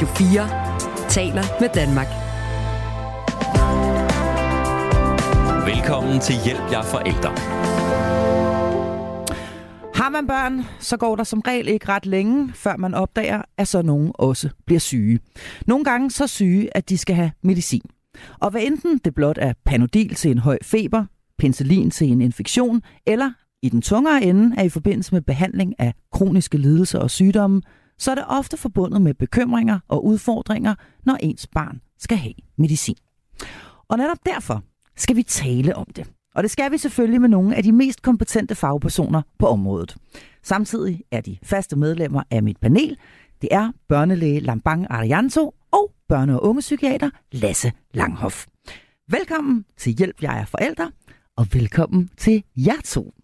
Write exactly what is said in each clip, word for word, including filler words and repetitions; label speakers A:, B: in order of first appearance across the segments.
A: Radio fire taler med Danmark.
B: Velkommen til Hjælp jer forældre.
C: Har man børn, så går der som regel ikke ret længe, før man opdager, at så nogen også bliver syge. Nogle gange så syge, at de skal have medicin. Og hvad enten det blot er Panodil til en høj feber, penicillin til en infektion, eller i den tungere ende er i forbindelse med behandling af kroniske lidelser og sygdomme, så er det ofte forbundet med bekymringer og udfordringer, når ens barn skal have medicin. Og netop derfor skal vi tale om det. Og det skal vi selvfølgelig med nogle af de mest kompetente fagpersoner på området. Samtidig er de faste medlemmer af mit panel. Det er børnelæge Lambang Arianto og børne- og ungepsykiater Lasse Langhoff. Velkommen til Hjælp jer er forældre, og velkommen til jer to.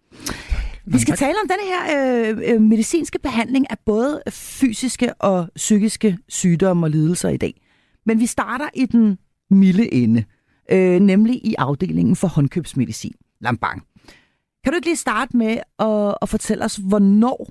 C: Vi skal tale om denne her øh, medicinske behandling af både fysiske og psykiske sygdomme og lidelser i dag. Men vi starter i den milde ende, øh, nemlig i afdelingen for håndkøbsmedicin. Lambang, kan du ikke lige starte med at, at fortælle os, hvornår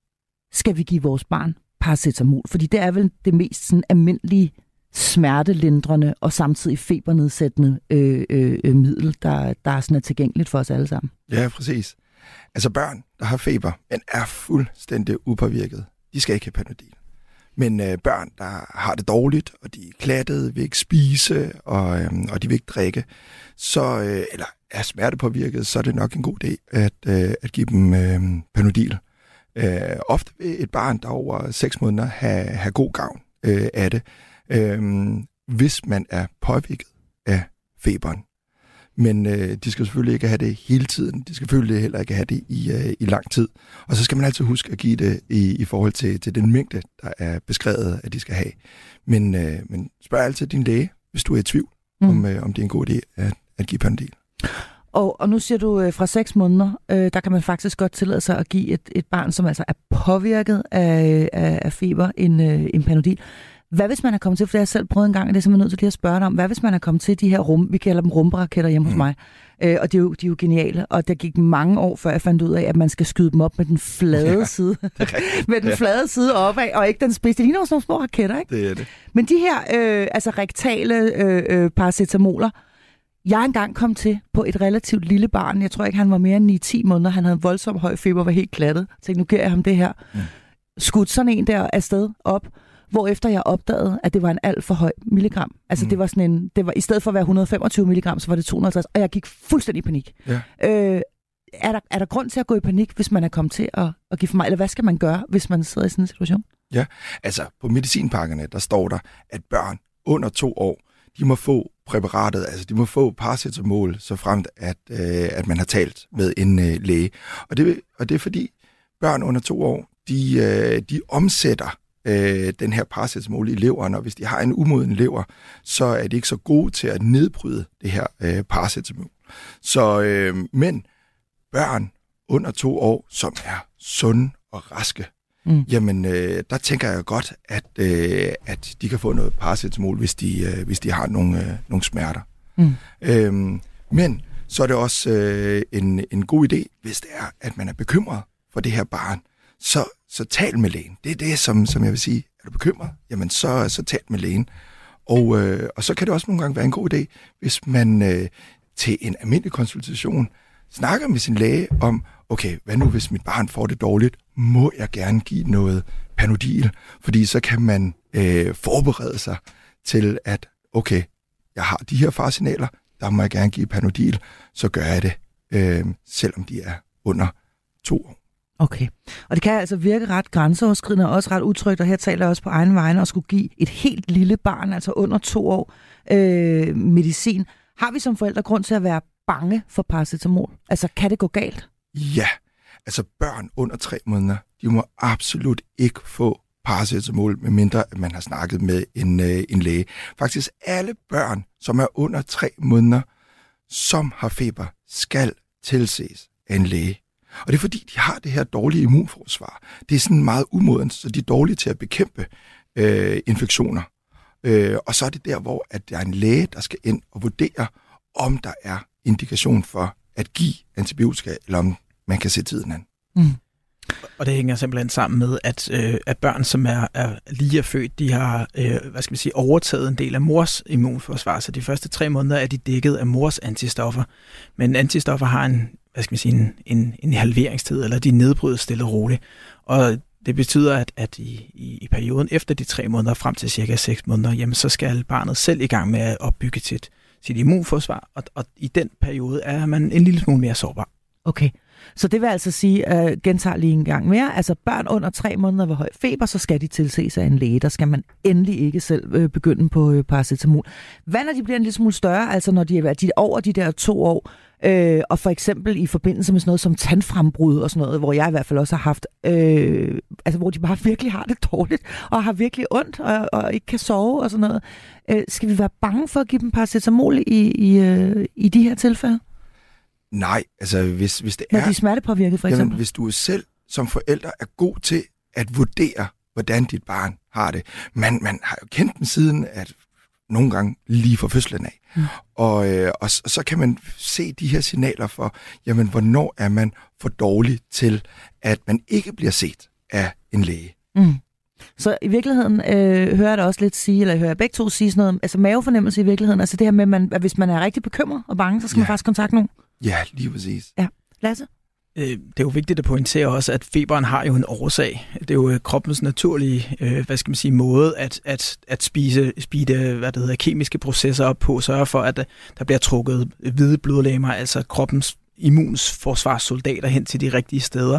C: skal vi give vores barn paracetamol? Fordi det er vel det mest sådan, almindelige smertelindrende og samtidig febernedsættende øh, øh, middel, der, der er, sådan er tilgængeligt for os alle sammen.
D: Ja, præcis. Altså børn, der har feber, men er fuldstændig upåvirket, de skal ikke have Panodil. Men øh, børn, der har det dårligt, og de er klattede, vil ikke spise, og, øh, og de vil ikke drikke, så, øh, eller er smertepåvirket, så er det nok en god idé at, øh, at give dem øh, Panodil. Øh, ofte vil et barn, der over seks måneder, have, have god gavn øh, af det, øh, hvis man er påvirket af feberen. Men øh, de skal selvfølgelig ikke have det hele tiden. De skal selvfølgelig heller ikke have det i, øh, i lang tid. Og så skal man altid huske at give det i, i forhold til, til den mængde, der er beskrevet, at de skal have. Men, øh, men spørg altid din læge, hvis du er i tvivl, mm. om, øh, om det er en god idé at, at give Panodil.
C: Og, og nu siger du, øh, fra seks måneder, øh, der kan man faktisk godt tillade sig at give et, et barn, som altså er påvirket af, af, af feber, en, øh, en Panodil. Hvad hvis man er kommet til, for det har jeg selv prøvet en gang, og det er simpelthen nødt til lige at spørge dig om, hvad hvis man er kommet til de her rum, vi kalder dem rumperaketter hjemme hos mig, øh, og de er, jo, de er jo geniale, og der gik mange år, før jeg fandt ud af, at man skal skyde dem op med den flade ja, side, med den ja. flade side opad, og ikke den spidse. Det ligner også nogle små raketter, ikke?
D: Det er det.
C: Men de her øh, altså rektale øh, øh, paracetamoler, jeg engang kom til på et relativt lille barn, jeg tror ikke, han var mere end ni til ti måneder, han havde voldsom høj feber, var helt klattet. Jeg tænkte, nu giver jeg ham det her. Mm. Skudt sådan en der afsted op, hvorefter jeg opdagede, at det var en alt for høj milligram. Altså mm. det var sådan en, det var i stedet for at være et hundrede og femogtyve milligram, så var det to hundrede og halvtreds, og jeg gik fuldstændig i panik. Ja. Øh, er, der, er der grund til at gå i panik, hvis man er kommet til at, at give for meget, eller hvad skal man gøre, hvis man sidder i sådan en situation?
D: Ja, altså på medicinpakkerne, der står der, at børn under to år, de må få præparatet, altså de må få paracetamol, så fremt at, øh, at man har talt med en øh, læge. Og det, og det er fordi børn under to år, de, øh, de omsætter øh, den her paracetamol i leveren, og hvis de har en umoden lever, så er de ikke så gode til at nedbryde det her øh, paracetamol. Så, øh, men børn under to år, som er sunde og raske, mm. jamen øh, der tænker jeg godt, at, øh, at de kan få noget paracetamol, hvis de, øh, hvis de har nogle, øh, nogle smerter. Mm. Øhm, men så er det også øh, en, en god idé, hvis det er, at man er bekymret for det her barn, så, så tal med lægen. Det er det, som, som jeg vil sige. Er du bekymret? Jamen, så, så tal med lægen. Og, øh, og så kan det også nogle gange være en god idé, hvis man øh, til en almindelig konsultation snakker med sin læge om, okay, hvad nu hvis mit barn får det dårligt? Må jeg gerne give noget Panodil? Fordi så kan man øh, forberede sig til, at okay, jeg har de her faresignaler, der må jeg gerne give Panodil, så gør jeg det, øh, selvom de er under to år.
C: Okay, og det kan altså virke ret grænseoverskridende og også ret utrygt, og her taler jeg også på egen vegne at skulle give et helt lille barn, altså under to år, øh, medicin. Har vi som forældre grund til at være bange for paracetamol? Altså, kan det gå galt?
D: Ja, altså børn under tre måneder, de må absolut ikke få paracetamol, medmindre at man har snakket med en, øh, en læge. Faktisk alle børn, som er under tre måneder, som har feber, skal tilses af en læge. Og det er fordi, de har det her dårlige immunforsvar. Det er sådan meget umodent, så de er dårlige til at bekæmpe øh, infektioner. Øh, og så er det der, hvor at der er en læge, der skal ind og vurdere, om der er indikation for at give antibiotika, eller om man kan se tiden an. Mm.
B: Og det hænger simpelthen sammen med, at, øh, at børn, som er, er lige er født, de har øh, hvad skal man sige, overtaget en del af mors immunforsvar. Så de første tre måneder er de dækket af mors antistoffer. Men antistoffer har en, hvad skal man sige, en, en, en halveringstid, eller de nedbrydes stille og roligt. Og det betyder, at, at i, i, i perioden efter de tre måneder, frem til cirka seks måneder, jamen, så skal barnet selv i gang med at opbygge sit, sit immunforsvar. Og, og i den periode er man en lille smule mere sårbar.
C: Okay. Så det vil altså sige, at uh, gentager lige en gang mere, altså børn under tre måneder ved høj feber, så skal de tilses af en læge. Der skal man endelig ikke selv øh, begynde på øh, paracetamol. Hvad når de bliver en lille smule større, altså når de er de over de der to år, øh, og for eksempel i forbindelse med sådan noget som tandfrembrud og sådan noget, hvor jeg i hvert fald også har haft, øh, altså hvor de bare virkelig har det dårligt, og har virkelig ondt, og, og ikke kan sove og sådan noget. Øh, skal vi være bange for at give dem paracetamol i, i, øh, i de her tilfælde?
D: Nej, altså hvis, hvis det
C: Når
D: er...
C: de er smertepåvirket, for eksempel?
D: Jamen, hvis du selv som forælder er god til at vurdere, hvordan dit barn har det. Man, man har jo kendt dem siden, at nogle gange lige fra fødslen af. Mm. Og, øh, og, og så kan man se de her signaler for, jamen, hvornår er man for dårlig til, at man ikke bliver set af en læge.
C: Mm. Så i virkeligheden øh, hører jeg da også lidt sige, eller hører jeg begge to sige sådan noget, altså mavefornemmelse i virkeligheden, altså det her med, man, at hvis man er rigtig bekymret og bange, så skal ja. man faktisk kontakte nogen.
D: Ja, lige præcis.
C: Ja. Lasse?
B: Det er jo vigtigt at pointere også, at feberen har jo en årsag. Det er jo kroppens naturlige, øh, hvad skal man sige, måde at, at, at spise, spide, hvad det hedder, kemiske processer op på, sørge for, at der bliver trukket hvide blodlegemer, altså kroppens immunforsvarssoldater hen til de rigtige steder.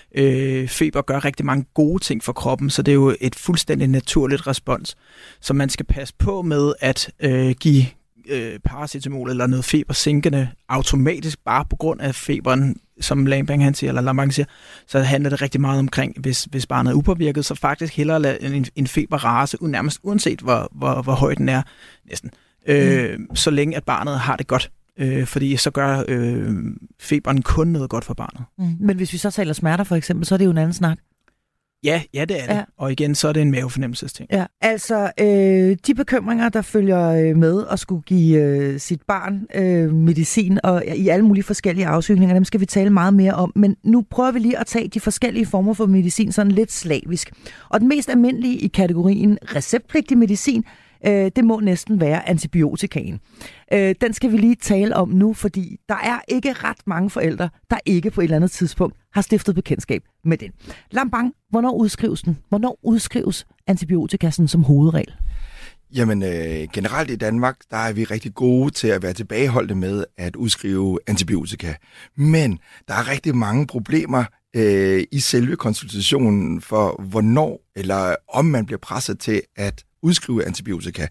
B: Øh, feber gør rigtig mange gode ting for kroppen, så det er jo et fuldstændig naturligt respons. Så man skal passe på med at øh, give øh, paracetamol eller noget febersænkende automatisk, bare på grund af feberen, som Langbang han siger, eller Lambank siger, så handler det rigtig meget omkring, hvis, hvis barnet er upåvirket, så faktisk hellere lade en, en feberrase, nærmest uanset hvor, hvor, hvor høj den er, næsten, øh, mm. så længe at barnet har det godt. Øh, fordi så gør øh, feberen kun noget godt for barnet.
C: Mm. Men hvis vi så taler smerter for eksempel, så er det jo en anden snak.
B: Ja, ja det er det. Ja. Og igen, så er det en mavefornemmelsesting.
C: Ja, altså øh, de bekymringer, der følger øh, med at skulle give øh, sit barn øh, medicin og ja, i alle mulige forskellige afsøgninger, dem skal vi tale meget mere om. Men nu prøver vi lige at tage de forskellige former for medicin sådan lidt slavisk. Og den mest almindelige i kategorien receptpligtig medicin, øh, det må næsten være antibiotikaen. Øh, den skal vi lige tale om nu, fordi der er ikke ret mange forældre, der ikke på et eller andet tidspunkt har stiftet bekendtskab med den. Lambang, hvornår udskrives den? Hvornår udskrives antibiotika som hovedregel?
D: Jamen, øh, generelt i Danmark, der er vi rigtig gode til at være tilbageholdte med at udskrive antibiotika. Men der er rigtig mange problemer øh, i selve konsultationen for, hvornår eller om man bliver presset til at udskrive antibiotika.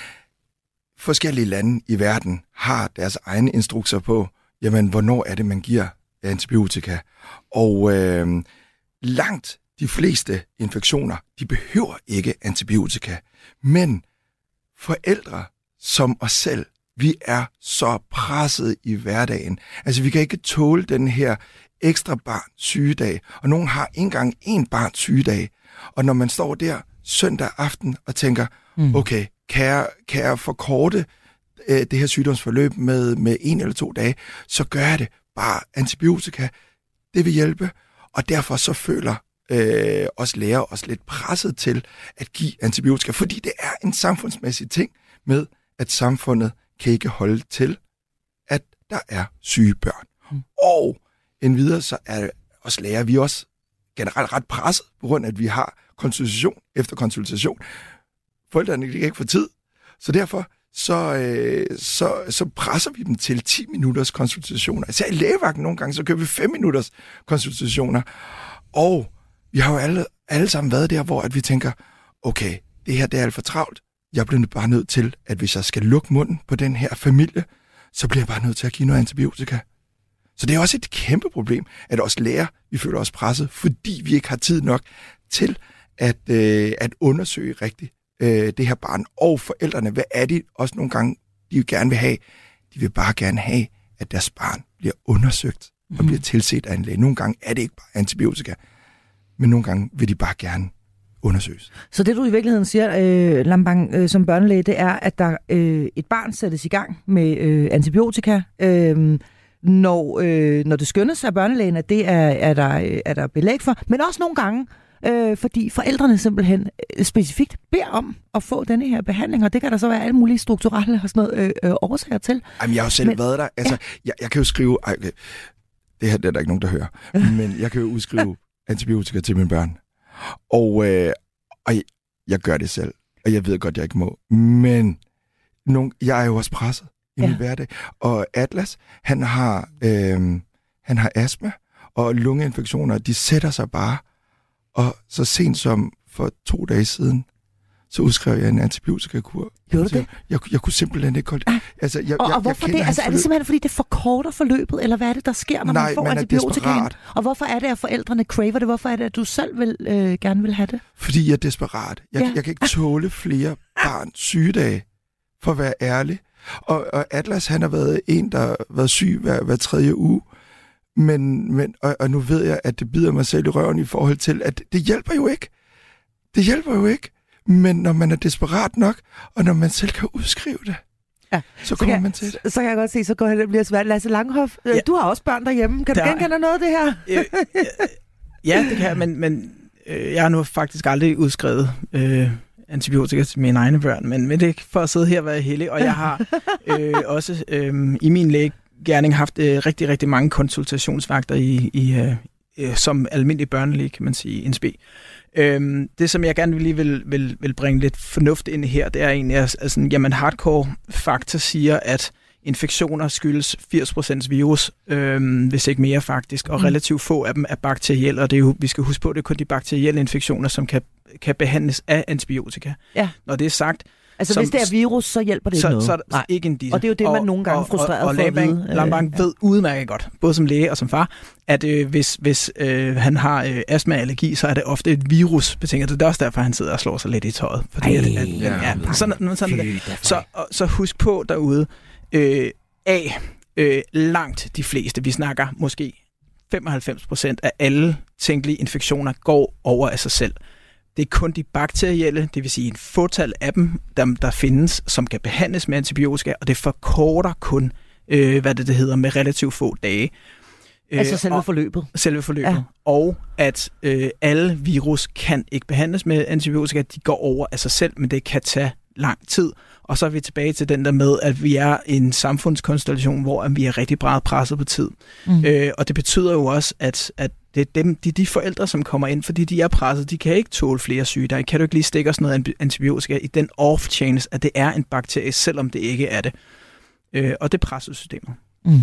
D: Forskellige lande i verden har deres egne instrukser på, jamen, hvornår er det, man giver antibiotika. Og øh, langt de fleste infektioner, de behøver ikke antibiotika. Men forældre som os selv, vi er så presset i hverdagen. Altså, vi kan ikke tåle den her ekstra barn sygedag. Og nogen har ikke engang en barn sygedag. Og når man står der søndag aften og tænker, mm. okay, kan jeg, kan jeg forkorte øh, det her sygdomsforløb med, med en eller to dage, så gør jeg det. Bare antibiotika, det vil hjælpe. Og derfor så føler øh, os læger os lidt presset til at give antibiotika, fordi det er en samfundsmæssig ting med, at samfundet kan ikke holde til, at der er syge børn. Mm. Og endvidere så er os læger, vi er også generelt ret presset, på grund af, at vi har konsultation efter konsultation. Forældrene kan ikke få tid, så derfor så, øh, så, så presser vi dem til ti minutters konsultationer. Altså i lægevagten nogle gange, så kører vi fem minutters konsultationer. Og vi har jo alle, alle sammen været der, hvor at vi tænker, okay, det her det er alt for travlt. Jeg bliver bare nødt til, at hvis jeg skal lukke munden på den her familie, så bliver jeg bare nødt til at give noget antibiotika. Så det er også et kæmpe problem, at os læger, vi føler os presset, fordi vi ikke har tid nok til at, øh, at undersøge rigtigt øh, det her barn. Og forældrene, hvad er det også nogle gange, de vil gerne vil have? De vil bare gerne have, at deres barn bliver undersøgt og mm. bliver tilset af en læge. Nogle gange er det ikke bare antibiotika, men nogle gange vil de bare gerne undersøges.
C: Så det, du i virkeligheden siger, øh, Lambang, øh, som børnelæge, det er, at der øh, et barn sættes i gang med øh, antibiotika. Øh, når, øh, når det skønnes af børnelægen, at det er, er, der, er der belæg for, men også nogle gange, øh, fordi forældrene simpelthen øh, specifikt beder om at få denne her behandling, og det kan der så være alle mulige strukturelle og sådan noget øh, øh, årsager til.
D: Jamen, jeg har jo selv men, været der. Altså, ja. jeg, jeg kan jo skrive... Ej, okay. Det her det er der ikke nogen, der hører. Men jeg kan jo udskrive antibiotika til mine børn. Og, øh, og jeg, jeg gør det selv. Og jeg ved godt, jeg ikke må. Men nogen, jeg er jo også presset i ja. min hverdag. Og Atlas, han har, øh, han har astma og lungeinfektioner. De sætter sig bare. Og så sent som for to dage siden, så udskrev jeg en antibiotikakur.
C: Gjorde du det?
D: Jeg, jeg kunne simpelthen ikke holde det. Altså, jeg,
C: og,
D: jeg,
C: og hvorfor
D: jeg
C: det? Altså, er det simpelthen, fordi det forkorter forløbet, eller hvad er det, der sker, når
D: Nej,
C: man får
D: man
C: antibiotika? Og hvorfor er det, at forældrene craver det? Hvorfor er det, at du selv vil, øh, gerne vil have det?
D: Fordi jeg er desperat. Jeg,
C: ja.
D: jeg kan ikke tåle flere barn sygedage, for at være ærlig. Og, og Atlas, han har været en, der har været syg hver, hver tredje uge. Men, men, og, og nu ved jeg, at det bider mig selv i røven i forhold til, at det hjælper jo ikke. Det hjælper jo ikke. Men når man er desperat nok, og når man selv kan udskrive det, ja, så kommer så kan, man til det.
C: Så kan jeg godt se, så går det bliver svært. Lasse Langhoff, ja. du har også børn derhjemme. Kan der, du genkende noget af det her?
B: øh, øh, ja, det kan jeg, men, men øh, jeg har nu faktisk aldrig udskrevet øh, antibiotika til mine egne børn, men, men det er for at sidde her og være heldig, og jeg har øh, også øh, i min lægegerning haft øh, rigtig, rigtig mange konsultationsvagter i, i, øh, øh, som almindelig børnelæge, kan man sige, i N S B. Øhm, det, som jeg gerne lige vil, vil, vil bringe lidt fornuft ind i her, det er egentlig, at altså, jamen, hardcore fakta siger, at infektioner skyldes firs procent virus, øhm, hvis ikke mere faktisk, og relativt få af dem er bakterielle, og det er jo, vi skal huske på, at det er kun de bakterielle infektioner, som kan, kan behandles af antibiotika. Ja. Når det er sagt,
C: altså som, hvis det er virus, så hjælper det ikke
B: så,
C: noget.
B: Så er det ikke en disse.
C: Og det er jo det, man og, nogle gange er frustreret
B: og, og, og
C: for at vide.
B: Lambank øh, ved udmærket godt, både som læge og som far, at øh, hvis, hvis øh, han har øh, astma-allergi, så er det ofte et virus betinget. Det er også derfor, han sidder og slår sig lidt i tøjet. Fordi Ej, at, at, ja, ja, sådan, sådan det. Så, og, så husk på derude, øh, A, øh, langt de fleste, vi snakker måske femoghalvfems procent af alle tænkelige infektioner går over af sig selv. Det er kun de bakterielle, det vil sige en fåtal af dem, der, der findes, som kan behandles med antibiotika, og det forkorter kun, øh, hvad det, det hedder, med relativt få dage.
C: Altså selve
B: og,
C: forløbet?
B: Selve forløbet. Ja. Og at øh, alle virus kan ikke behandles med antibiotika, de går over af sig selv, men det kan tage lang tid. Og så er vi tilbage til den der med, at vi er i en samfundskonstellation, hvor vi er rigtig meget presset på tid. Mm. Øh, og det betyder jo også, at, at det er dem, de, de forældre, som kommer ind, fordi de er presset, de kan ikke tåle flere sygdomme. Kan du ikke lige stikke os noget antibiotika i den off-chance, at det er en bakterie, selvom det ikke er det. Øh, og det presser systemet.
C: Mm.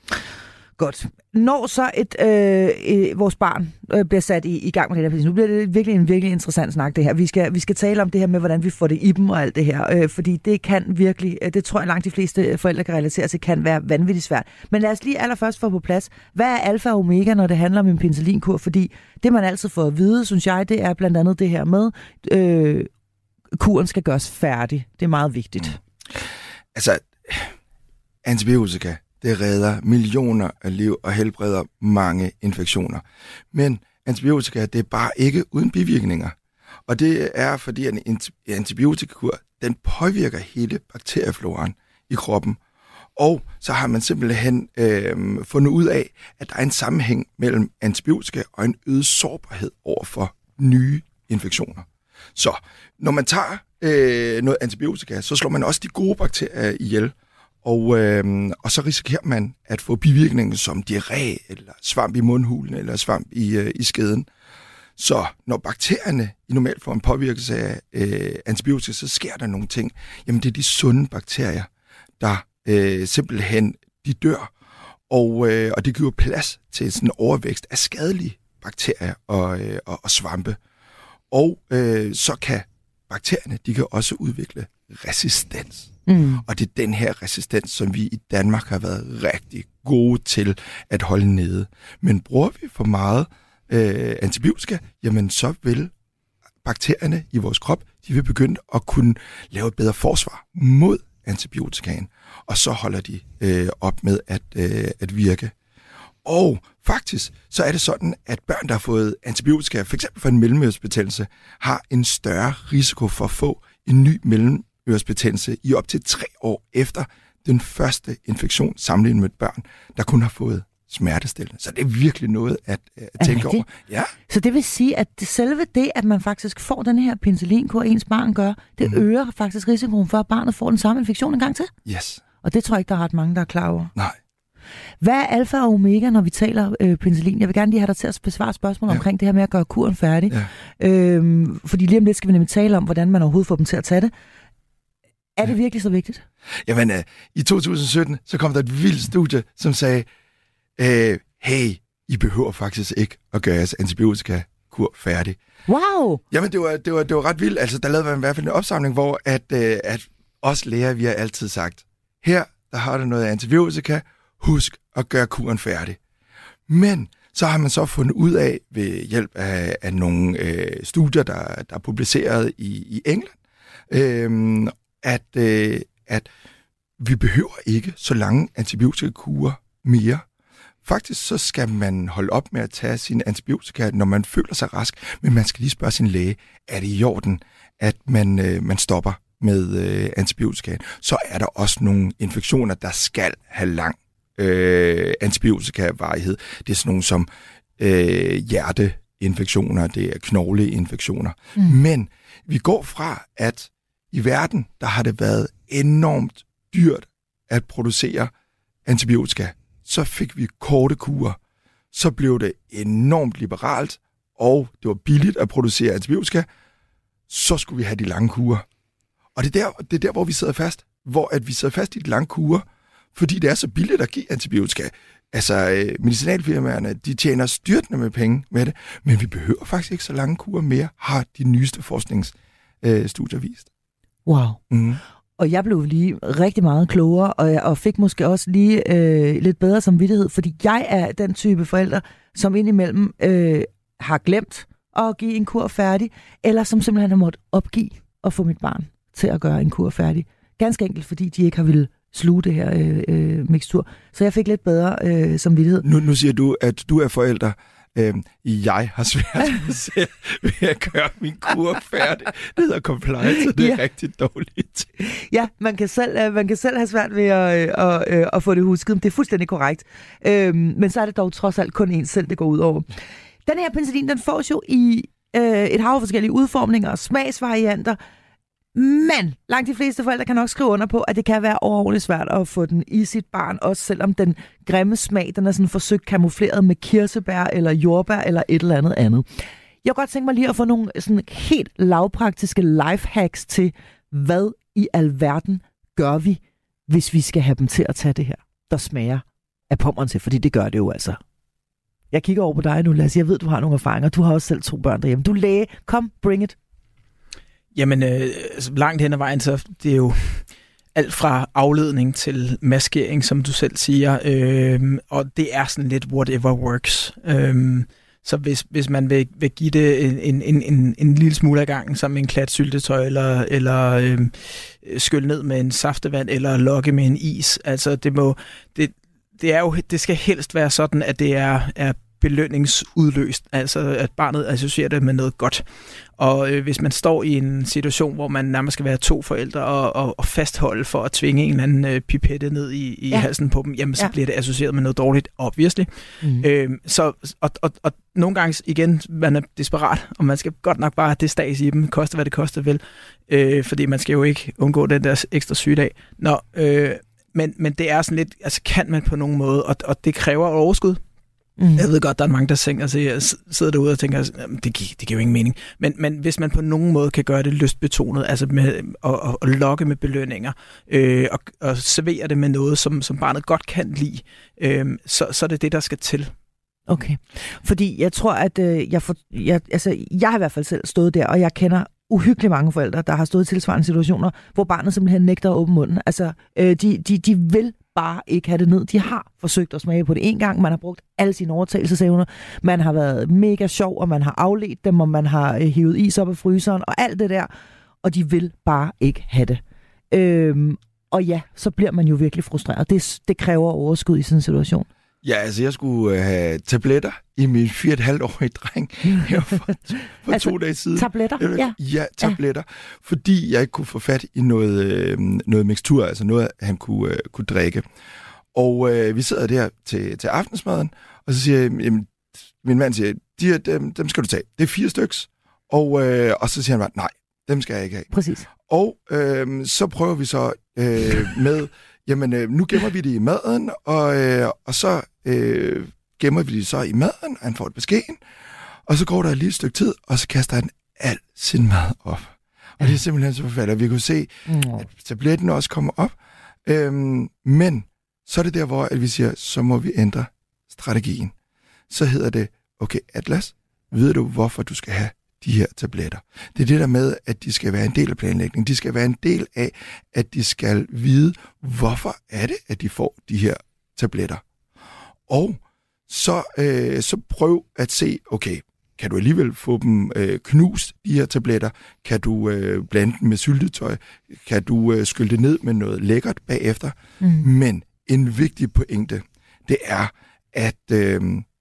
C: Godt. Når så et øh, øh, vores barn øh, bliver sat i, i gang med det her, nu bliver det virkelig en virkelig interessant snak det her. Vi skal, vi skal tale om det her med, hvordan vi får det i dem og alt det her, øh, fordi det kan virkelig, øh, det tror jeg langt de fleste forældre kan relatere til, kan være vanvittigt svært. Men lad os lige allerførst få på plads, hvad er alfa og omega, når det handler om en penicillinkur? Fordi det man altid får at vide, synes jeg, det er blandt andet det her med, øh, kuren skal gøres færdig. Det er meget vigtigt.
D: Mm. Altså, antibiotika, det redder millioner af liv og helbreder mange infektioner. Men antibiotika, det er bare ikke uden bivirkninger. Og det er, fordi en antibiotikakur, den påvirker hele bakteriefloraen i kroppen. Og så har man simpelthen øh, fundet ud af, at der er en sammenhæng mellem antibiotika og en øget sårbarhed over for nye infektioner. Så når man tager øh, noget antibiotika, så slår man også de gode bakterier ihjel. Og, øh, og så risikerer man at få bivirkninger som diarré, eller svamp i mundhulen, eller svamp i, øh, i skeden. Så når bakterierne i normalt får en påvirkelse af øh, antibiotika, så sker der nogle ting. Jamen det er de sunde bakterier, der øh, simpelthen de dør. Og, øh, og det giver plads til sådan en overvækst af skadelige bakterier og, øh, og, og svampe. Og øh, så kan bakterierne, de kan også udvikle resistens. Mm. Og det er den her resistens, som vi i Danmark har været rigtig gode til at holde nede. Men bruger vi for meget øh, antibiotika, jamen så vil bakterierne i vores krop, de vil begynde at kunne lave et bedre forsvar mod antibiotikaen. Og så holder de øh, op med at, øh, at virke. Og faktisk, så er det sådan, at børn, der har fået antibiotika, f.eks. for en mellemørebetændelse, har en større risiko for at få en ny mellemørebetændelse i op til tre år efter den første infektion sammenlignet med børn, der kun har fået smertestillende. Så det er virkelig noget at, at tænke over. Ja.
C: Så det vil sige, at det selve det, at man faktisk får den her penicillinkur, ens barn gør, det mm. øger faktisk risikoen for, at barnet får den samme infektion en gang til?
D: Yes.
C: Og det tror jeg ikke, der er ret mange, der er klar over.
D: Nej.
C: Hvad er alfa og omega, når vi taler øh, penicillin? Jeg vil gerne lige have dig til at besvare spørgsmål ja. omkring det her med at gøre kuren færdig. Ja. Øhm, fordi lige om lidt skal vi nemlig tale om, hvordan man overhovedet får dem til at tage det. Er ja. det virkelig så vigtigt?
D: Jamen, øh, i to tusind sytten, så kom der et vildt studie, som sagde, øh, hey, I behøver faktisk ikke at gøre jeres antibiotikakur færdig.
C: Wow!
D: Jamen, det var, det var, det var ret vildt. Altså, der lavede man i hvert fald en opsamling, hvor at, øh, at os læger, vi har altid sagt, her, der har du noget antibiotika, husk at gøre kuren færdig. Men så har man så fundet ud af, ved hjælp af, af nogle øh, studier, der, der er publiceret i, i England, øh, at, øh, at vi behøver ikke så lange antibiotikakurer mere. Faktisk så skal man holde op med at tage sine antibiotika, når man føler sig rask, men man skal lige spørge sin læge, er det i orden, at man, øh, man stopper med øh, antibiotika. Så er der også nogle infektioner, der skal have lang øh, antibiotikavarighed. Det er sådan nogle som øh, hjerteinfektioner, det er knogleinfektioner. Mm. Men vi går fra, at i verden, der har det været enormt dyrt at producere antibiotika. Så fik vi korte kurer. Så blev det enormt liberalt, og det var billigt at producere antibiotika. Så skulle vi have de lange kurer. Og det er der, det er der hvor vi sidder fast. Hvor at vi sidder fast i de lange kurer, fordi det er så billigt at give antibiotika. Altså, øh, medicinalfirmaerne, de tjener styrtende med penge med det, men vi behøver faktisk ikke så lange kurer mere, har de nyeste forskningsstudier øh, vist.
C: Wow.
D: Mm.
C: Og jeg blev lige rigtig meget klogere, og, jeg, og fik måske også lige øh, lidt bedre samvittighed, fordi jeg er den type forældre, som indimellem øh, har glemt at give en kur færdig, eller som simpelthen har måttet opgive at få mit barn til at gøre en kur færdig. Ganske enkelt, fordi de ikke har ville sluge det her øh, øh, mixtur. Så jeg fik lidt bedre øh, samvittighed.
D: Nu, nu siger du, at du er forælder. Øh, jeg har svært selv ved at gøre min kur færdig. Det hedder compliance, og det er ja. rigtig dårligt.
C: Ja, man kan selv, øh, man kan selv have svært ved at, øh, øh, at få det husket. Det er fuldstændig korrekt. Øh, men så er det dog trods alt kun en selv, det går ud over. Den her penicillin, den fås jo i øh, et hav af forskellige udformninger og smagsvarianter. Men langt de fleste forældre kan nok skrive under på, at det kan være overordentligt svært at få den i sit barn, også selvom den grimme smag, den er sådan forsøgt kamufleret med kirsebær eller jordbær eller et eller andet andet. Jeg kunne godt tænke mig lige at få nogle sådan helt lavpraktiske lifehacks til, hvad i alverden gør vi, hvis vi skal have dem til at tage det her, der smager af pommeren til, fordi det gør det jo altså. Jeg kigger over på dig nu, Lasse. Jeg ved, du har nogle erfaringer. Du har også selv to børn derhjemme. Du er læge. Kom, bring it.
B: Jamen, øh, langt hen ad vejen, så det er jo alt fra afledning til maskering, som du selv siger, øh, og det er sådan lidt whatever works. Øh, så hvis, hvis man vil, vil give det en, en, en, en lille smule af gangen, som en klat syltetøj, eller, eller øh, skylle ned med en saftevand, eller lokke med en is, altså det må, det, det er jo, det skal helst være sådan, at det er, er belønningsudløst, altså at barnet associerer det med noget godt. Og øh, hvis man står i en situation, hvor man nærmest skal være to forældre og, og, og fastholde for at tvinge en eller anden øh, pipette ned i, i ja. halsen på dem, jamen så ja. bliver det associeret med noget dårligt, obviously. Mm. Øh, så, og, og, og nogle gange igen, man er desperat, og man skal godt nok bare have det stads i dem, koste hvad det koster vel, øh, fordi man skal jo ikke undgå den der ekstra sygedag. Nå, øh, men, men det er sådan lidt, altså kan man på nogen måde, og, og det kræver overskud. Mm. Jeg ved godt, der er mange, der tænker, så jeg sidder derude og tænker, det, det giver jo ingen mening. Men, men hvis man på nogen måde kan gøre det lystbetonet, altså med at, at, at lokke med belønninger, øh, og, og servere det med noget, som, som barnet godt kan lide, øh, så, så er det det, der skal til.
C: Okay. Fordi jeg tror, at øh, jeg, får, jeg, altså, jeg har i hvert fald selv stået der, og jeg kender uhyggeligt mange forældre, der har stået i tilsvarende situationer, hvor barnet simpelthen nægter at åbne munden. Altså, øh, de, de, de vil bare ikke have det ned. De har forsøgt at smage på det en gang. Man har brugt alle sine overtagelsesevner. Man har været mega sjov, og man har afledt dem, og man har øh, hivet is op af fryseren, og alt det der. Og de vil bare ikke have det. Øhm, og ja, så bliver man jo virkelig frustreret. Det, det kræver overskud i sådan en situation.
D: Ja, altså jeg skulle have tabletter i min fire og et halvt årige dreng her for, for
C: altså,
D: to dage siden.
C: Tabletter? Ja.
D: Ja, tabletter. Ja. Fordi jeg ikke kunne få fat i noget, øh, noget mixtur, altså noget, han kunne, øh, kunne drikke. Og øh, vi sidder der til, til aftensmaden, og så siger jeg, jamen, min mand siger, de her, dem, dem skal du tage. Det er fire styks. Og, øh, og så siger han bare, nej, dem skal jeg ikke have.
C: Præcis.
D: Og øh, så prøver vi så øh, med, jamen øh, nu gemmer vi det i maden, og, øh, og så øh, gemmer vi det så i maden, og han får et beskeden, og så går der et lille stykke tid, og så kaster han al sin mad op. Og det er simpelthen så forfærdeligt. Vi kunne se, at tabletten også kommer op, øh, men så er det der, hvor at vi siger, så må vi ændre strategien. Så hedder det, okay Atlas, ved du, hvorfor du skal have de her tabletter? Det er det der med, at de skal være en del af planlægningen. De skal være en del af, at de skal vide, hvorfor er det, at de får de her tabletter. Og så, øh, så prøv at se, okay, kan du alligevel få dem øh, knust, de her tabletter? Kan du øh, blande dem med syltetøj? Kan du øh, skylle det ned med noget lækkert bagefter? Mm. Men en vigtig pointe, det er, at øh,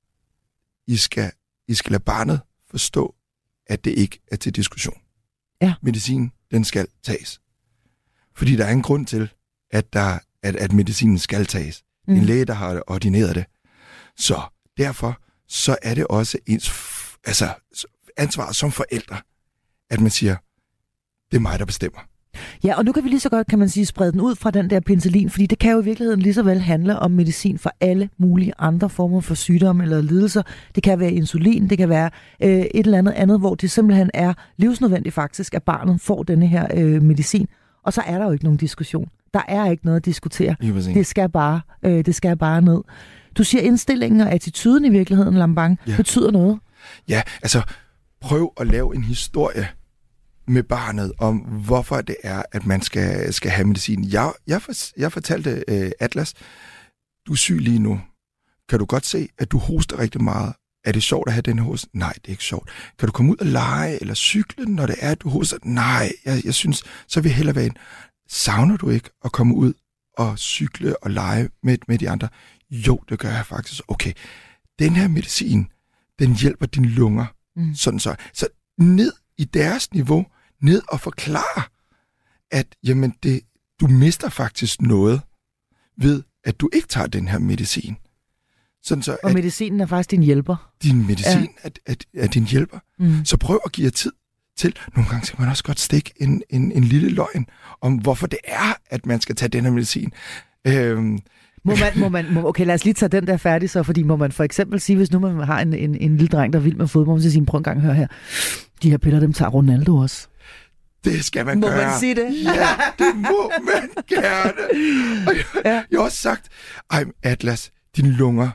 D: I, skal, I skal lade barnet forstå, at det ikke er til diskussion.
C: Ja.
D: Medicin, den skal tages. Fordi der er en grund til, at, der, at, at medicinen skal tages. Mm. En læge, der har ordineret det. Så derfor så er det også ens altså, ansvar som forældre, at man siger, det er mig, der bestemmer.
C: Ja, og nu kan vi lige så godt, kan man sige, sprede den ud fra den der penicillin, fordi det kan jo i virkeligheden lige så vel handle om medicin for alle mulige andre former for sygdomme eller lidelser. Det kan være insulin, det kan være øh, et eller andet andet, hvor det simpelthen er livsnødvendigt faktisk, at barnet får denne her øh, medicin. Og så er der jo ikke nogen diskussion. Der er ikke noget at diskutere. Det skal bare, øh, det skal bare ned. Du siger, indstillingen og attituden i virkeligheden, Lambang, ja. betyder noget.
D: Ja, altså prøv at lave en historie med barnet om, hvorfor det er, at man skal, skal have medicin. Jeg, jeg, for, jeg fortalte uh, Atlas, du er syg lige nu. Kan du godt se, at du hoster rigtig meget? Er det sjovt at have den host? Nej, det er ikke sjovt. Kan du komme ud og lege eller cykle, når det er, at du hoster? Nej, jeg, jeg synes, så vil jeg hellere være en. Savner du ikke at komme ud og cykle og lege med, med de andre? Jo, det gør jeg faktisk. Okay, den her medicin, den hjælper dine lunger. Mm. Sådan så. Så ned i deres niveau, ned og forklare, at jamen det, du mister faktisk noget ved, at du ikke tager den her medicin. Sådan så,
C: og medicinen er faktisk din hjælper.
D: Din medicin ja. er, er, er din hjælper. Mm. Så prøv at give jer tid til. Nogle gange skal man også godt stikke en, en, en lille løgn om, hvorfor det er, at man skal tage den her medicin. Øhm,
C: Må man, må man, må, okay, lad os lige tage den der færdig så, fordi må man for eksempel sige, hvis nu man har en, en, en lille dreng, der er vild med fodbold, må man så sige, prøv en gang hør her, de her piller, dem tager Ronaldo også.
D: Det skal man
C: må
D: gøre.
C: Må man sige det?
D: Ja, det må man gerne. Og jeg, ja. jeg har også sagt, ej Atlas, dine lunger,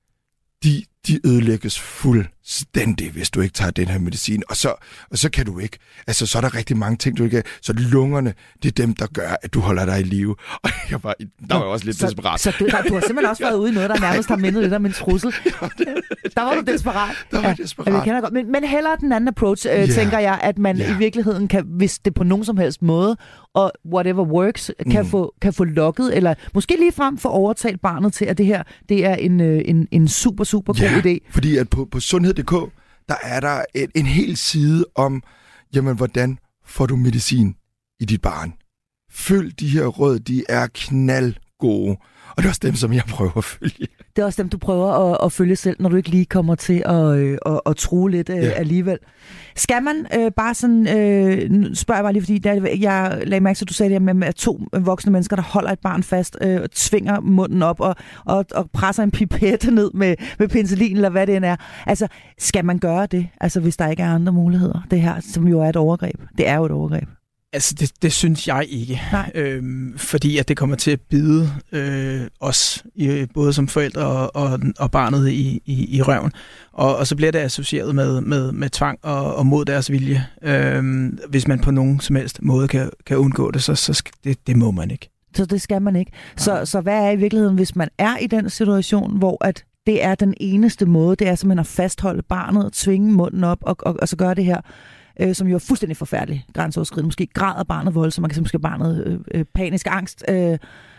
D: de, de ødelægges fuldstændig, hvis du ikke tager den her medicin. Og så, og så kan du ikke. Altså, så er der rigtig mange ting, du ikke kan. Så lungerne, det er dem, der gør, at du holder dig i live. Og jeg var, der var jeg også lidt
C: så,
D: desperat.
C: Så du, der, du har simpelthen også været ude i noget, der nærmest har mindet lidt om en trussel. Ja, det, der var du desperat.
D: Der var jeg desperat.
C: Ja, godt. Men, men hellere den anden approach, øh, yeah. tænker jeg, at man yeah. i virkeligheden kan, hvis det på nogen som helst måde, og whatever works, kan, mm. få, kan få lukket, eller måske lige frem få overtalt barnet til, at det her, det er en, en, en super, super god
D: ja,
C: idé.
D: Fordi at på, på sundhed punktum d k, der er der en, en hel side om, jamen, hvordan får du medicin i dit barn? Følg de her råd, de er knaldgode. Og det er også dem, som jeg prøver at følge.
C: Det er også dem, du prøver at, at følge selv, når du ikke lige kommer til at, øh, at, at true lidt øh, ja. alligevel. Skal man øh, bare sådan, øh, spørger jeg bare lige, fordi der, jeg lagde mærke til, at du sagde det her med, at to voksne mennesker, der holder et barn fast, øh, og tvinger munden op og, og, og presser en pipette ned med, med penicillin, eller hvad det end er. Altså, skal man gøre det, altså, hvis der ikke er andre muligheder? Det her, som jo er et overgreb. Det er jo et overgreb.
B: Altså, det, det synes jeg ikke. Øhm, fordi at det kommer til at bide øh, os, i, både som forældre og, og, og barnet i, i, i røven. Og, og så bliver det associeret med, med, med tvang og, og mod deres vilje. Øhm, hvis man på nogen som helst måde kan, kan undgå det, så, så skal, det, det må man ikke.
C: Så det skal man ikke. Så, så hvad er i virkeligheden, hvis man er i den situation, hvor at det er den eneste måde, det er simpelthen at fastholde barnet, tvinge munden op og, og, og så gøre det her, Øh, som jo er fuldstændig forfærdelig grænseoverskridende. Måske græder barnet voldsomt, man kan se måske barnet øh, øh, panisk angst. Øh,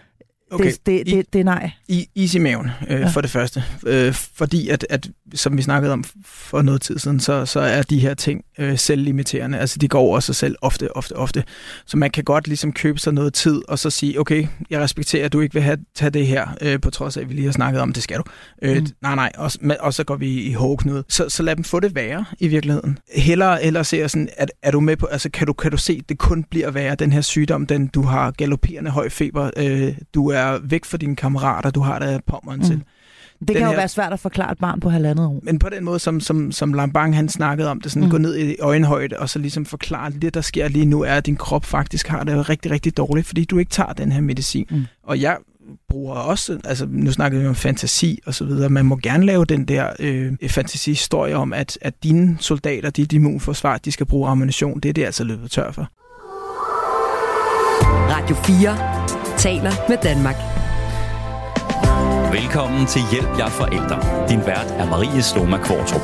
B: Okay.
C: Det, det, det, det er nej.
B: I, is i maven, øh, ja. for det første. Øh, fordi, at, at, som vi snakkede om for noget tid siden, så, så er de her ting øh, selvlimiterende. Altså, de går over sig selv ofte, ofte, ofte. Så man kan godt ligesom købe sig noget tid, og så sige, okay, jeg respekterer, at du ikke vil have, tage det her, øh, på trods af, at vi lige har snakket om, det skal du. Øh, mm. Nej, nej, og, og så går vi i hårdknude. Så, så lad dem få det værre i virkeligheden. Hellere, hellere se sådan, at er du med på, altså kan du, kan du se, det kun bliver værre, den her sygdom, den du har galopperende høj feber, øh, du er væk fra dine kammerater, du har der pommeren mm. til.
C: Det den kan jo her, være svært at forklare et barn på halvandet år.
B: Men på den måde, som, som, som Lambang han snakkede om det, sådan mm. gå ned i øjenhøjde, og så ligesom forklare, at det, der sker lige nu, er, at din krop faktisk har det rigtig, rigtig dårligt, fordi du ikke tager den her medicin. Mm. Og jeg bruger også, altså nu snakker vi om fantasi og så videre, man må gerne lave den der øh, fantasihistorie om, at, at dine soldater, dit immunforsvar, de skal bruge ammunition. Det er det altså løbet tør for.
A: Radio fire taler med Danmark.
E: Velkommen til Hjælp jer forældre. Din vært er Marie Sloma Kvartrup.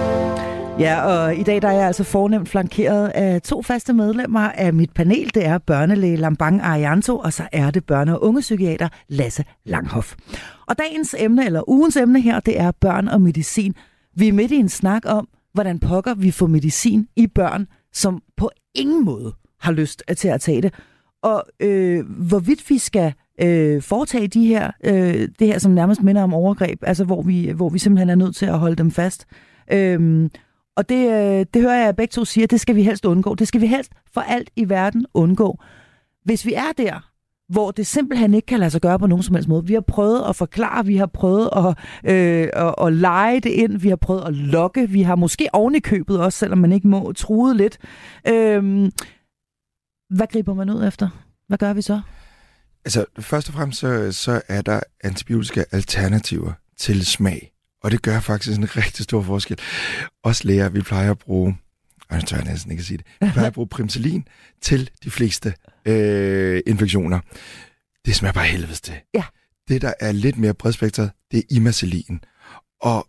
C: Ja, og i dag der er jeg altså fornemt flankeret af to faste medlemmer af mit panel. Det er børnelæge Lambang Arianto, og så er det børne- og ungepsykiater Lasse Langhoff. Og dagens emne, eller ugens emne her, det er børn og medicin. Vi er midt i en snak om, hvordan pokker vi får medicin i børn, som på ingen måde har lyst til at tage det. Og øh, hvorvidt vi skal øh, foretage de her, øh, det her, som nærmest minder om overgreb, altså hvor vi, hvor vi simpelthen er nødt til at holde dem fast. Øh, og det, øh, det hører jeg, at begge to siger, det skal vi helst undgå. Det skal vi helst for alt i verden undgå. Hvis vi er der, hvor det simpelthen ikke kan lade sig gøre på nogen som helst måde. Vi har prøvet at forklare, vi har prøvet at, øh, at, at lege det ind, vi har prøvet at lokke, vi har måske oven i købet også, selvom man ikke må, truet lidt. Øh, Hvad griber man ud efter? Hvad gør vi så?
D: Altså, først og fremmest så, så er der antibiotika alternativer til smag. Og det gør faktisk en rigtig stor forskel. Også læger, vi plejer at bruge, og nu tør jeg næsten ikke at sige det, vi plejer at bruge Primcelin til de fleste øh, infektioner. Det smager bare helvedes til.
C: Ja.
D: Det, der er lidt mere bredspektret, det er Imazelin. Og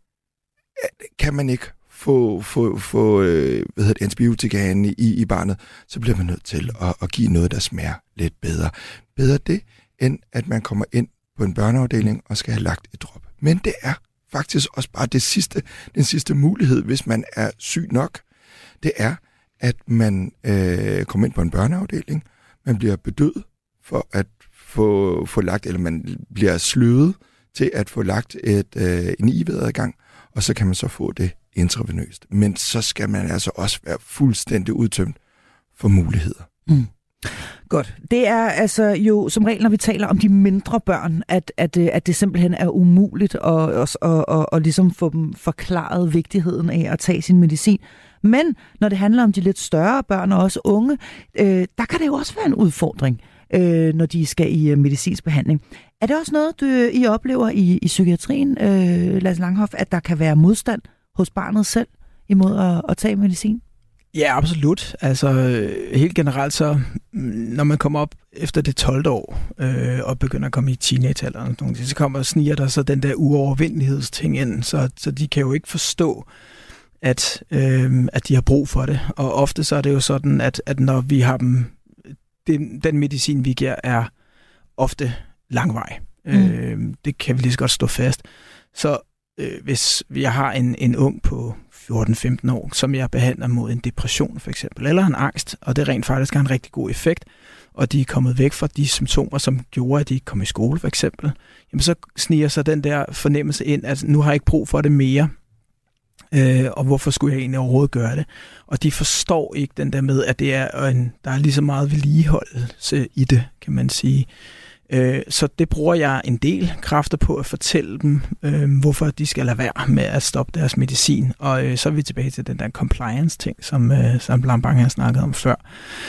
D: kan man ikke få, få, få øh, hvad hedder det, antibiotikaen i, i barnet, så bliver man nødt til at, at give noget, der smager lidt bedre. Bedre det, end at man kommer ind på en børneafdeling og skal have lagt et drop. Men det er faktisk også bare det sidste, den sidste mulighed, hvis man er syg nok. Det er, at man øh, kommer ind på en børneafdeling, man bliver bedøvet for at få, få lagt, eller man bliver sløvet til at få lagt et, øh, en I V-adgang, og så kan man så få det intravenøst. Men så skal man altså også være fuldstændig udtømt for muligheder.
C: Mm. Godt. Det er altså jo som regel, når vi taler om de mindre børn, at, at, at det simpelthen er umuligt at, at, at, at, at ligesom få dem forklaret vigtigheden af at tage sin medicin. Men når det handler om de lidt større børn og også unge, øh, der kan det jo også være en udfordring, øh, når de skal i medicinsk behandling. Er det også noget, du, I oplever i, i psykiatrien, øh, Lasse Langhoff, at der kan være modstand hos barnet selv imod at, at tage medicin?
B: Ja, absolut. Altså helt generelt så, når man kommer op efter det tolvte år øh, og begynder at komme i teenagealderen, så kommer og sniger der så den der uovervindelighedsting ind, så, så de kan jo ikke forstå, at, øh, at de har brug for det. Og ofte så er det jo sådan, at, at når vi har dem, den, den medicin, vi giver, er ofte langvej. Mm. Øh, det kan vi lige så godt stå fast. Så øh, hvis jeg har en, en ung på fjorten femten år, som jeg behandler mod en depression for eksempel, eller en angst, og det rent faktisk har en rigtig god effekt, og de er kommet væk fra de symptomer, som gjorde, at de ikke kom i skole for eksempel, jamen så sniger sig den der fornemmelse ind, at nu har jeg ikke brug for det mere, øh, og hvorfor skulle jeg egentlig overhovedet gøre det? Og de forstår ikke den der med, at det er en, der er lige så meget vedligeholdelse i det, kan man sige. Så det bruger jeg en del kræfter på at fortælle dem, øh, hvorfor de skal lade være med at stoppe deres medicin. Og øh, så er vi tilbage til den der compliance-ting, som, øh, som Lambang har snakket om før.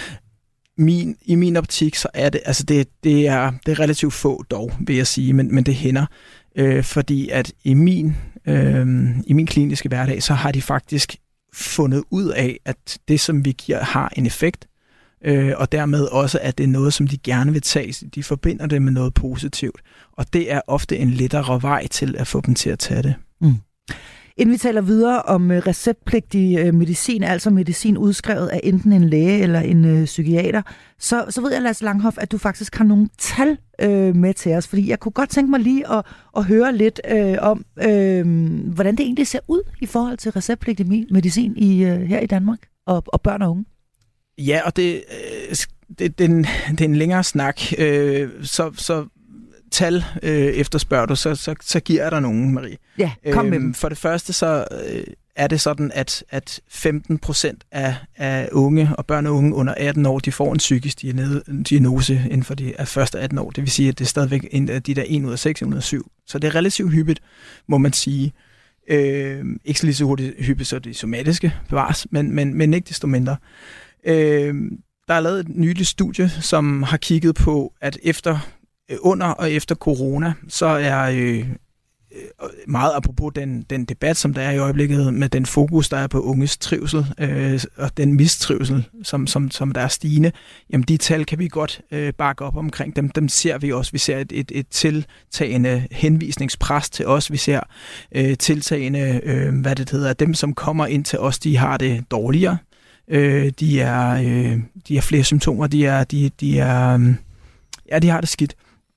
B: Min, I min optik, så er det, altså det, det, er, det er relativt få dog, vil jeg sige, men, men det hænder. Øh, fordi at i min, øh, i min kliniske hverdag, så har de faktisk fundet ud af, at det, som vi giver, har en effekt. Øh, og dermed også, at det er noget, som de gerne vil tage. De forbinder det med noget positivt. Og det er ofte en lettere vej til at få dem til at tage det.
C: Mm. Inden vi taler videre om øh, receptpligtig øh, medicin, altså medicin udskrevet af enten en læge eller en øh, psykiater, så, så ved jeg, Lasse Langhoff, at du faktisk har nogle tal øh, med til os, fordi jeg kunne godt tænke mig lige at, at høre lidt øh, om, øh, hvordan det egentlig ser ud i forhold til receptpligtig medicin i, øh, her i Danmark og, og børn og unge.
B: Ja, og det, øh, det, det, er, en, det er en længere snak, øh, så... så tal øh, efterspørger du, så, så, så giver jeg dig nogen, Marie.
C: Ja, kom med
B: øhm,
C: dem.
B: For det første så øh, er det sådan, at, at femten procent af, af unge og børn og unge under atten år, de får en psykisk diagnose inden for de af første atten år. Det vil sige, at det er stadigvæk en af de der en ud af seks, en ud af syv. Så det er relativt hyppigt, må man sige. Øh, ikke så lige så hurtigt hyppigt, så det somatiske bevares, men, men, men ikke desto mindre. Øh, der er lavet et nyligt studie, som har kigget på, at efter under og efter corona, så er øh, meget apropos den, den debat, som der er i øjeblikket, med den fokus, der er på unges trivsel øh, og den mistrivsel, som, som, som der er stigende, jamen de tal kan vi godt øh, bakke op omkring. Dem, dem ser vi også. Vi ser et, et, et tiltagende henvisningspres til os. Vi ser øh, tiltagende, øh, hvad det hedder, dem som kommer ind til os, de har det dårligere. Øh, de, er, øh, de har flere symptomer. De er, de, de er, øh, ja, de har det skidt.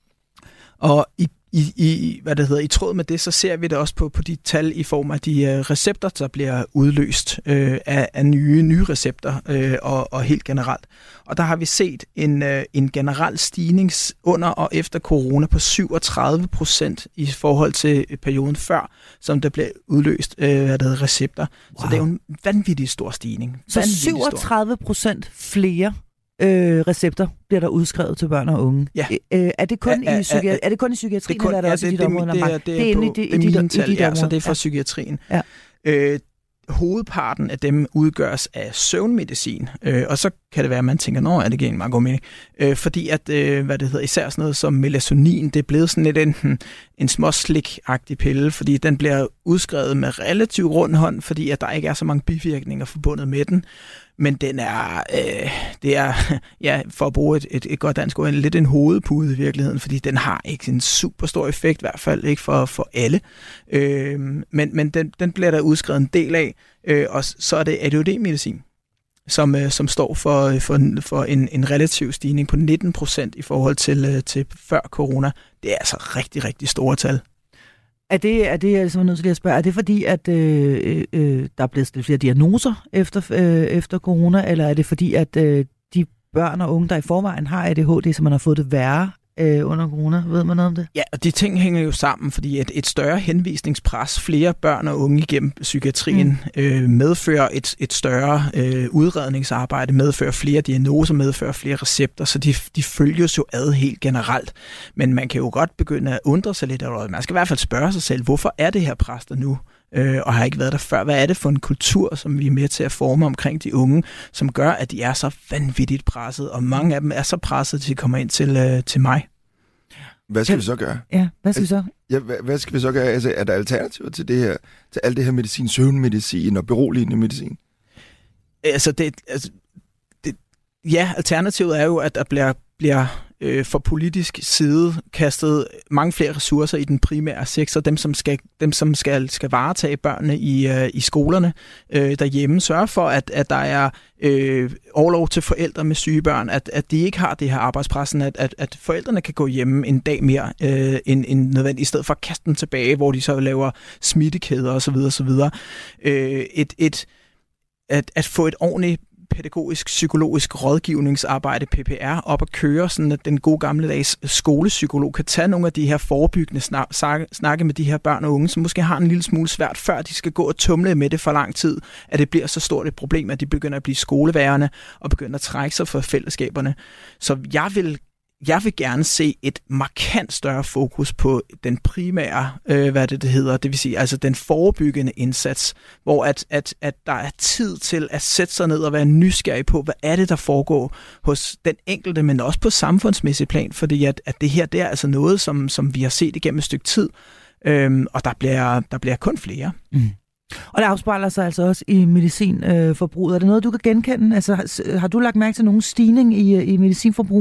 B: Og i, i, i, hvad det hedder, i tråd med det, så ser vi det også på, på de tal i form af de uh, recepter, der bliver udløst øh, af, af nye, nye recepter øh, og, og helt generelt. Og der har vi set en, øh, en generel stigning under og efter corona på syvogtredive procent i forhold til perioden før, som der blev udløst øh, hvad der hedder, recepter. Wow. Så det er jo en vanvittig stor stigning.
C: Så syvogtredive procent flere Øh, recepter bliver der udskrevet til børn og unge.
B: Ja.
C: Øh, er, det kun
B: er,
C: i
B: er,
C: psykiatri- er det kun i psykiatrien,
B: kun,
C: eller er det
B: ja,
C: også
B: det,
C: i dit
B: det,
C: område?
B: Det, det, det,
C: det er inde i dit,
B: det er mine tal, ja,
C: område.
B: så det er fra
C: ja.
B: psykiatrien.
C: Ja.
B: Øh, hovedparten af dem udgøres af søvnmedicin, øh, og så kan det være, at man tænker, nå, er det ikke en meget god mening? Øh, fordi at, øh, hvad det hedder, især sådan noget som melatonin, det er blevet sådan lidt en, en små slik-agtig pille, fordi den bliver udskrevet med relativt rund hånd, fordi at der ikke er så mange bivirkninger forbundet med den. Men den er, øh, det er, ja, for at bruge et, et, et godt dansk ord, lidt en hovedpude i virkeligheden, fordi den har ikke en super stor effekt, i hvert fald ikke for, for alle. Øh, men men den, den bliver der udskrevet en del af, øh, og så er det A D H D-medicin, som, øh, som står for, for, for en, en relativ stigning på nitten procent i forhold til, øh, til før corona. Det er altså rigtig, rigtig store tal.
C: Er det, er det altså nødt til at spørge, er det fordi, at øh, øh, der er blevet stillet flere diagnoser efter, øh, efter corona, eller er det fordi, at øh, de børn og unge, der i forvejen har A D H D, som man har fået det værre øh, under corona? Ved man noget om det?
B: Ja, og de ting hænger jo sammen, fordi et, et større henvisningspres, flere børn og unge igennem psykiatrien, mm. øh, medfører et, et større øh, udredningsarbejde, medfører flere diagnoser, medfører flere recepter, så de, de følges jo ad helt generelt. Men man kan jo godt begynde at undre sig lidt, eller man skal i hvert fald spørge sig selv, hvorfor er det her pres der nu? Øh, og har ikke været der før. Hvad er det for en kultur, som vi er med til at forme omkring de unge, som gør, at de er så vanvittigt presset, og mange af dem er så presset, at de kommer ind til, øh, til mig.
D: Hvad skal vi så gøre?
C: Ja, hvad skal vi så?
D: Ja, hvad, hvad skal vi så gøre? Altså, er der alternativer til det her, til alt det her medicin, søvnmedicin og beroligende medicin?
B: Altså, det, altså det, ja, alternativet er jo, at der bliver, bliver øh, for politisk side kastet mange flere ressourcer i den primære sektor, dem som skal, dem, som skal, skal varetage børnene i, øh, i skolerne øh, derhjemme, sørge for, at, at der er øh, overlov til forældre med syge børn, at, at de ikke har det her arbejdspressen, at, at, at forældrene kan gå hjemme en dag mere øh, end, end nødvendigt, i stedet for at kaste dem tilbage, hvor de så laver smittekæder osv. osv. Øh, et, et, at, at få et ordentligt pædagogisk, psykologisk rådgivningsarbejde, P P R, op at køre, sådan at den gode gamle dags skolepsykolog kan tage nogle af de her forebyggende snak, snakke med de her børn og unge, som måske har en lille smule svært, før de skal gå og tumle med det for lang tid, at det bliver så stort et problem, at de begynder at blive skoleværende og begynder at trække sig fra fællesskaberne. Så jeg vil Jeg vil gerne se et markant større fokus på den primære, øh, hvad det, det hedder, det vil sige altså den forebyggende indsats, hvor at, at, at der er tid til at sætte sig ned og være nysgerrig på, hvad er det, der foregår hos den enkelte, men også på samfundsmæssig plan, fordi at, at det her, det er altså noget, som, som vi har set igennem et stykke tid, øhm, og der bliver, der bliver kun flere.
C: Mm. Og det afspejler sig altså også i medicinforbruget. Øh, er det noget, du kan genkende? Altså, har, har du lagt mærke til nogen stigning i, i medicinforbrug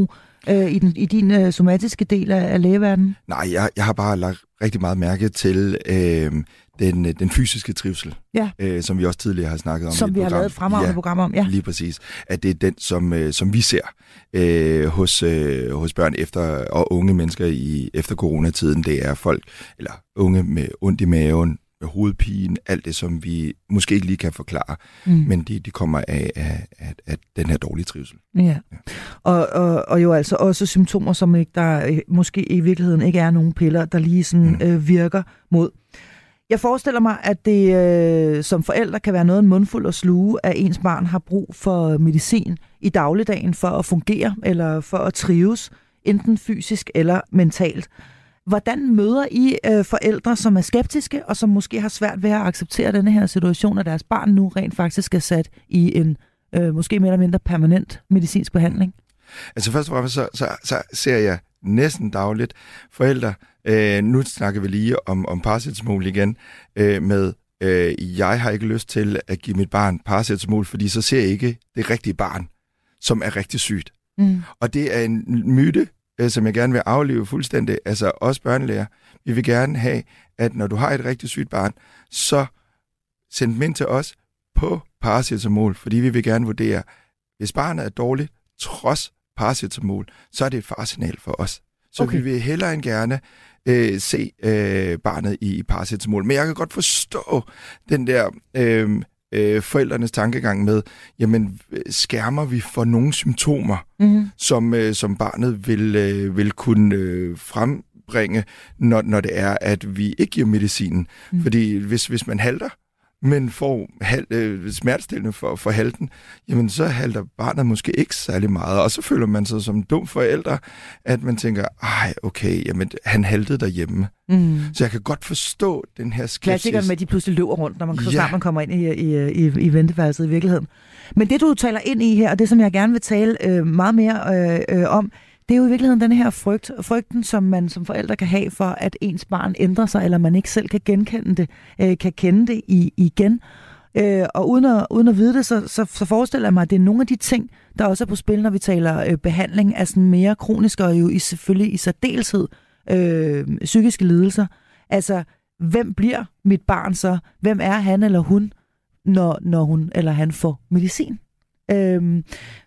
C: øh, i, den, i din øh, somatiske del af, af lægeverdenen?
D: Nej, jeg, jeg har bare lagt rigtig meget mærke til øh, den, den fysiske trivsel,
C: ja.
D: øh, som vi også tidligere har snakket om.
C: Som vi har lavet et fremragende
D: ja,
C: program om, ja.
D: Lige præcis. At det er den, som, øh, som vi ser øh, hos, øh, hos børn efter og unge mennesker i efter coronatiden. Det er folk, eller unge med ondt i maven, med hovedpine, alt det, som vi måske ikke lige kan forklare, mm. men de, de kommer af, af, af, af den her dårlige trivsel.
C: Ja, ja. Og, og, og jo altså også symptomer, som ikke, der måske i virkeligheden ikke er nogen piller, der lige sådan mm. øh, virker mod. Jeg forestiller mig, at det øh, som forældre kan være noget en mundfuld at sluge, at ens barn har brug for medicin i dagligdagen for at fungere, eller for at trives, enten fysisk eller mentalt. Hvordan møder I øh, forældre, som er skeptiske, og som måske har svært ved at acceptere denne her situation, at deres barn nu rent faktisk er sat i en øh, måske mere eller mindre permanent medicinsk behandling?
D: Altså først og fremmest, så, så, så ser jeg næsten dagligt forældre, øh, nu snakker vi lige om, om paracetamol igen, øh, med øh, jeg har ikke lyst til at give mit barn paracetamol, fordi så ser jeg ikke det rigtige barn, som er rigtig sygt. Mm. Og det er en myte, som jeg gerne vil aflive fuldstændig, altså også børnelæger. Vi vil gerne have, at når du har et rigtig sygt barn, så send dem ind til os på paracetamol, fordi vi vil gerne vurdere, hvis barnet er dårligt, trods paracetamol, så er det et faresignal for os. Så okay. vi vil hellere end gerne øh, se øh, barnet i paracetamol. Men jeg kan godt forstå den der øh, øh, forældrenes tankegang med, jamen skærmer vi for nogle symptomer, mm-hmm. som, øh, som barnet vil, øh, vil kunne øh, frembringe, når, når det er, at vi ikke giver medicinen. Mm. Fordi hvis, hvis man halter, men får hal, øh, smertestillende for, for halten, jamen så halter barnet måske ikke særlig meget, og så føler man sig som dum forældre, at man tænker, ej, okay, jamen han haltede derhjemme. Mm. Så jeg kan godt forstå den her skepsis.
C: Klassikeren med, at de pludselig løber rundt, når man så ja. man kommer ind i, i, i, i venteværelset i virkeligheden. Men det, du taler ind i her, og det, som jeg gerne vil tale øh, meget mere øh, øh, om, det er jo i virkeligheden den her frygt, frygten, som man som forældre kan have for, at ens barn ændrer sig, eller man ikke selv kan genkende det, øh, kan kende det i, igen. Øh, og uden at, uden at vide det, så, så, så forestiller jeg mig, at det er nogle af de ting, der også er på spil, når vi taler øh, behandling af sådan mere kroniske, og jo i, selvfølgelig i særdeleshed øh, psykiske lidelser. Altså, hvem bliver mit barn så? Hvem er han eller hun, når, når hun eller han får medicin? Øh,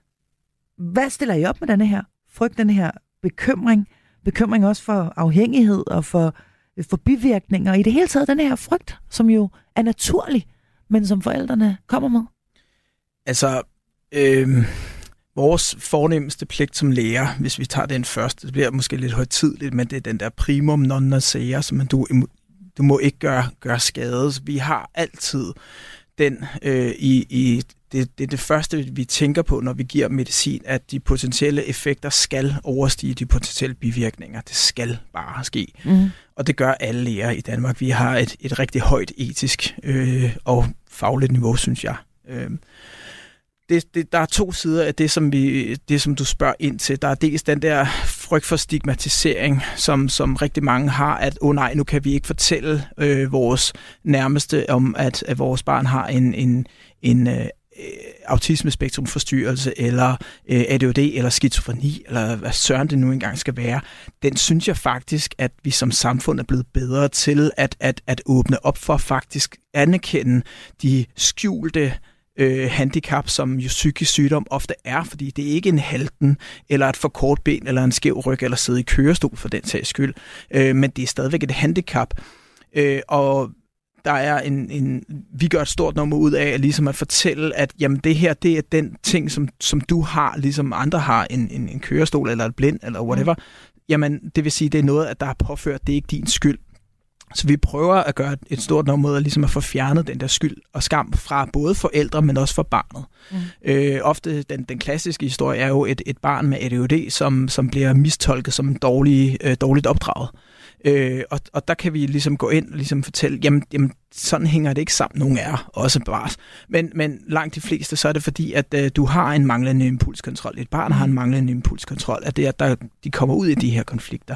C: hvad stiller I op med denne her frygt, den her bekymring, bekymring også for afhængighed og for, for bivirkninger, og i det hele taget den her frygt, som jo er naturlig, men som forældrene kommer med?
B: Altså, øh, vores fornemmeste pligt som læger, hvis vi tager den første, det bliver måske lidt højtideligt, men det er den der primum non nocere, som du, du må ikke gøre, gøre skade. Så vi har altid den øh, i, i Det, det er det første, vi tænker på, når vi giver medicin, at de potentielle effekter skal overstige de potentielle bivirkninger. Det skal bare ske. Mm. Og det gør alle læger i Danmark. Vi har et, et rigtig højt etisk øh, og fagligt niveau, synes jeg. Øh, det, det, der er to sider af det, som, vi, det, som du spørger ind til. Der er dels den der frygt for stigmatisering, som, som rigtig mange har, at åh oh nej, nu kan vi ikke fortælle øh, vores nærmeste om, at, at vores barn har en, en, en øh, autismespektrumforstyrrelse, eller øh, A D H D, eller skizofreni, eller hvad søren det nu engang skal være. Den synes jeg faktisk, at vi som samfund er blevet bedre til at, at, at åbne op for, faktisk anerkende de skjulte øh, handicap, som jo psykisk sygdom ofte er, fordi det er ikke en halten, eller et for kort ben, eller en skæv ryg, eller sidde i kørestol for den sags skyld, øh, men det er stadigvæk et handicap. Øh, og der er en, en, vi gør et stort nummer ud af ligesom at fortælle, at jamen, det her, det er den ting, som, som du har, ligesom andre har, en, en, en kørestol eller et blind eller whatever. Mm. Jamen, det vil sige, det er noget, at der er påført, det er ikke din skyld. Så vi prøver at gøre et stort nummer ud af ligesom at få fjernet den der skyld og skam fra både forældre, men også fra barnet. Mm. Øh, ofte den, den klassiske historie er jo et, et barn med A D H D, som, som bliver mistolket som en dårlig, øh, dårligt opdraget. Øh, og, og der kan vi ligesom gå ind og ligesom fortælle, jamen, jamen sådan hænger det ikke sammen. Nogle er også bars. Men, men langt de fleste, så er det fordi, at øh, du har en manglende impulskontrol. Et barn har en manglende impulskontrol, at det er, at der, de kommer ud i de her konflikter.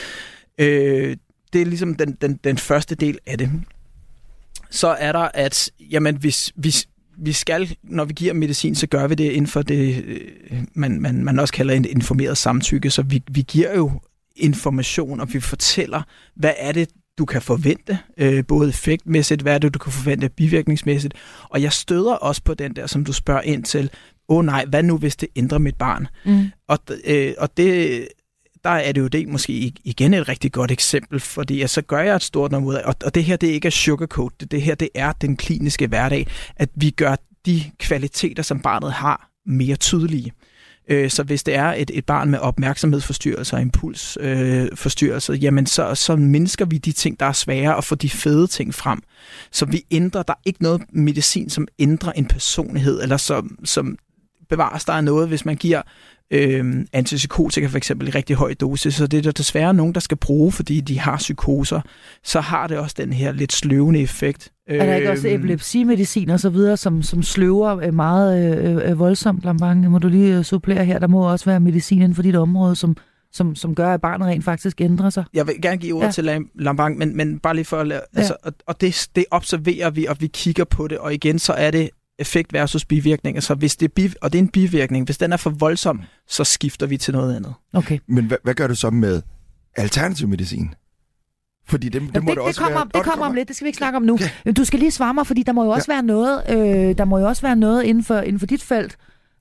B: Øh, det er ligesom den, den, den første del af det. Så er der, at jamen, hvis, hvis vi skal, når vi giver medicin, så gør vi det inden for det, man, man, man også kalder en informeret samtykke. Så vi, vi giver jo information, og vi fortæller, hvad er det, du kan forvente, øh, både effektmæssigt, hvad er det, du kan forvente bivirkningsmæssigt. Og jeg støder også på den der, som du spørger ind til, åh oh, nej, hvad nu, hvis det ændrer mit barn? Mm. Og, øh, og det, der er det jo det måske igen et rigtig godt eksempel, fordi ja, så gør jeg et stort nummer ud af, og, og det her, det er ikke sugarcoat, det, det her, det er den kliniske hverdag, at vi gør de kvaliteter, som barnet har, mere tydelige. Så hvis det er et, et barn med opmærksomhedsforstyrrelser og impulsforstyrrelser, øh, jamen så, så mindsker vi de ting, der er svære, og får de fede ting frem. Så vi ændrer, der er ikke noget medicin, som ændrer en personlighed, eller som, som bevares. Der er noget, hvis man giver øh, antipsykotika for eksempel i rigtig høj dosis, så det er der desværre nogen, der skal bruge, fordi de har psykoser, så har det også den her lidt sløvende effekt.
C: Er der ikke også epilepsimedicin og så videre, som, som sløver meget øh, voldsomt, Lambang? Må du lige supplere her? Der må også være medicin inden for dit område, som, som, som gør, at barnet rent faktisk ændrer sig.
B: Jeg vil gerne give ordet ja. til Lambang, men, men bare lige for at lade, ja. altså, og, og det, det observerer vi, og vi kigger på det, og igen, så er det effekt versus bivirkninger. Så hvis det er biv- og det er en bivirkning, hvis den er for voldsom, så skifter vi til noget andet.
C: Okay.
D: Men hvad, hvad gør du så med alternativ medicin? Fordi det, det,
C: det,
D: må det, det
C: også
D: kommer,
C: være... det, det kommer om lidt, det skal vi ikke snakke om nu.
D: Okay.
C: Du skal lige svare mig, fordi der må jo også ja. være noget, øh, der må jo også være noget inden for, inden for dit felt,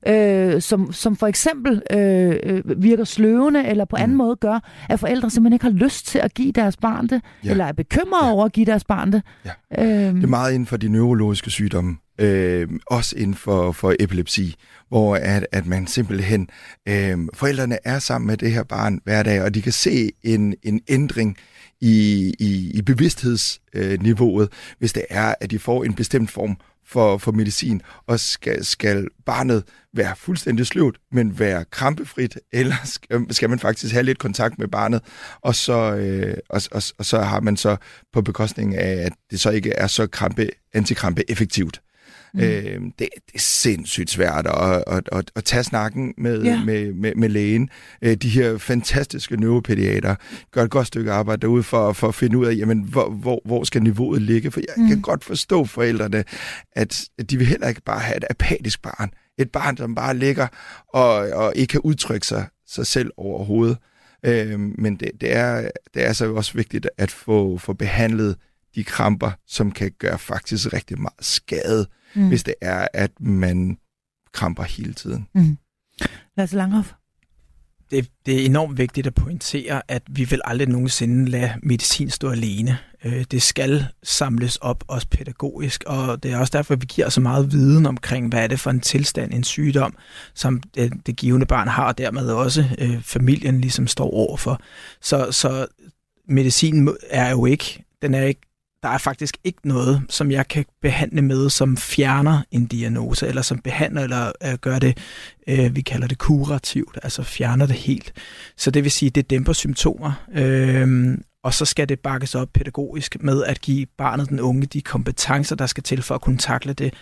C: øh, som, som for eksempel øh, virker sløvende, eller på anden mm. måde gør, at forældre simpelthen ikke har lyst til at give deres barn det, ja. eller er bekymrede ja. over at give deres barn det.
D: Ja. Øhm. Det er meget inden for de neurologiske sygdomme, øh, også inden for, for epilepsi, hvor at, at man simpelthen, øh, forældrene er sammen med det her barn hver dag, og de kan se en, en ændring i, i, i bevidsthedsniveauet, øh, hvis det er, at de får en bestemt form for, for medicin, og skal, skal barnet være fuldstændig sløvt, men være krampefrit, eller skal, skal man faktisk have lidt kontakt med barnet, og så, øh, og, og, og så har man så på bekostning af, at det så ikke er så krampe, antikrampe effektivt. Mm. Øh, det, det er sindssygt svært at, at, at, at tage snakken med, yeah. med, med, med lægen. Øh, de her fantastiske neuropædiater gør et godt stykke arbejde derude for, for at finde ud af, jamen, hvor, hvor, hvor skal niveauet ligge. For jeg mm. kan godt forstå forældrene, at de vil heller ikke bare have et apatisk barn. Et barn, som bare ligger og, og ikke kan udtrykke sig, sig selv overhovedet. Øh, men det, det, er, det er så også vigtigt at få, få behandlet de kramper, som kan gøre faktisk rigtig meget skade, mm. hvis det er, at man kramper hele tiden.
C: Mm. Lasse Langhoff?
B: Det, det er enormt vigtigt at pointere, at vi vil aldrig nogensinde lade medicin stå alene. Det skal samles op, også pædagogisk, og det er også derfor, vi giver så meget viden omkring, hvad er det for en tilstand, en sygdom, som det, det givende barn har, og dermed også øh, familien ligesom står overfor. Så, så medicin er jo ikke, den er ikke Der er faktisk ikke noget, som jeg kan behandle med, som fjerner en diagnose, eller som behandler, eller øh, gør det, øh, vi kalder det kurativt, altså fjerner det helt. Så det vil sige, det dæmper symptomer, øh, og så skal det bakkes op pædagogisk med at give barnet, den unge, de kompetencer, der skal til for at kunne takle det,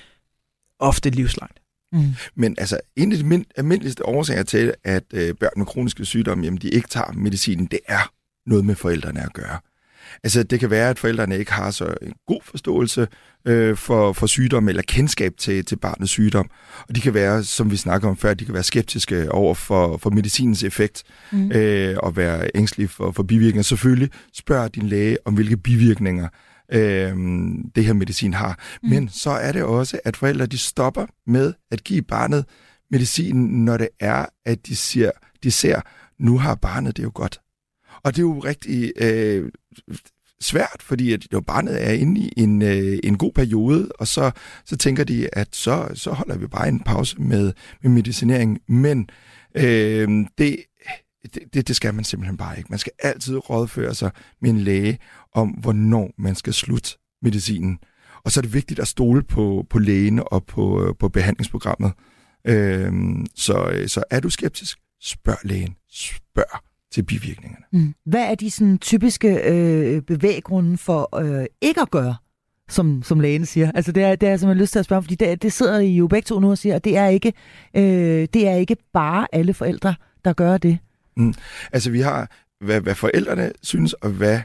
B: ofte livslangt.
D: Mm. Men altså, en af de mind- almindeligste årsager til, at øh, børn med kroniske sygdomme, jamen, de ikke tager medicinen, det er noget med forældrene at gøre. Altså, det kan være, at forældrene ikke har så en god forståelse øh, for, for sygdom eller kendskab til, til barnets sygdom. Og de kan være, som vi snakker om før, de kan være skeptiske over for, for medicinens effekt mm. øh, og være ængstelige for, for bivirkninger. Selvfølgelig spørg din læge om, hvilke bivirkninger øh, det her medicin har. Mm. Men så er det også, at forældre de stopper med at give barnet medicinen, når det er, at de ser, de ser nu har barnet det jo godt. Og det er jo rigtig øh, svært, fordi at, jo, barnet er inde i en, øh, en god periode, og så, så tænker de, at så, så holder vi bare en pause med, med medicinering. Men øh, det, det, det skal man simpelthen bare ikke. Man skal altid rådføre sig med en læge om, hvornår man skal slutte medicinen. Og så er det vigtigt at stole på, på lægen og på, på behandlingsprogrammet. Øh, så, så er du skeptisk, spørg lægen. Spørg til bivirkningerne.
C: Mm. Hvad er de sådan, typiske øh, bevæggrunde for øh, ikke at gøre, som, som lægen siger? Altså det er, det er jeg simpelthen lyst til at spørge, fordi det, det sidder I jo begge to nu og siger, at det er ikke, øh, det er ikke bare alle forældre, der gør det.
D: Mm. Altså vi har, hvad, hvad forældrene synes, og hvad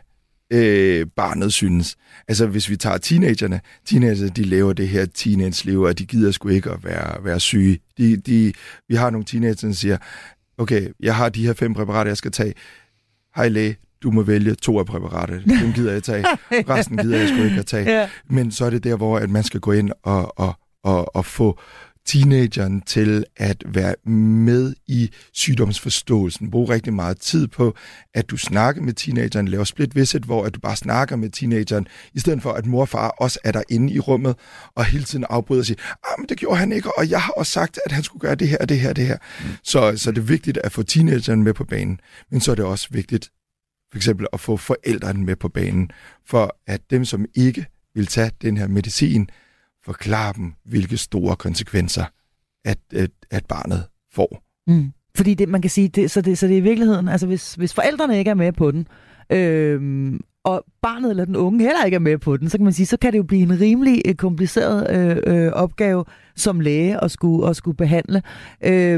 D: øh, barnet synes. Altså hvis vi tager teenagerne, teenagerne de lever det her teenage-liv, og de gider sgu ikke at være, være syge. De, de, vi har nogle teenager, der siger, okay, jeg har de her fem præparater, jeg skal tage. Hej læge, du må vælge to af præparater. Dem gider jeg tage. Resten gider jeg sgu ikke at tage. Ja. Men så er det der, hvor at man skal gå ind og, og, og, og få teenageren til at være med i sygdomsforståelsen. Brug rigtig meget tid på, at du snakker med teenageren, laver split visit, hvor at du bare snakker med teenageren, i stedet for at mor og far også er derinde i rummet, og hele tiden afbryder og siger, ah, men det gjorde han ikke, og jeg har også sagt, at han skulle gøre det her, og det her, det her. Mm. Så, så det er vigtigt at få teenageren med på banen, men så er det også vigtigt, for eksempel at få forældrene med på banen, for at dem, som ikke vil tage den her medicin, forklare dem, hvilke store konsekvenser, at, at, at barnet får.
C: Mm. Fordi det, man kan sige, det, så, det, så det er i virkeligheden, altså hvis, hvis forældrene ikke er med på den, øh, og barnet eller den unge heller ikke er med på den, så kan man sige, så kan det jo blive en rimelig øh, kompliceret øh, øh, opgave som læge at skulle, at skulle behandle. Øh,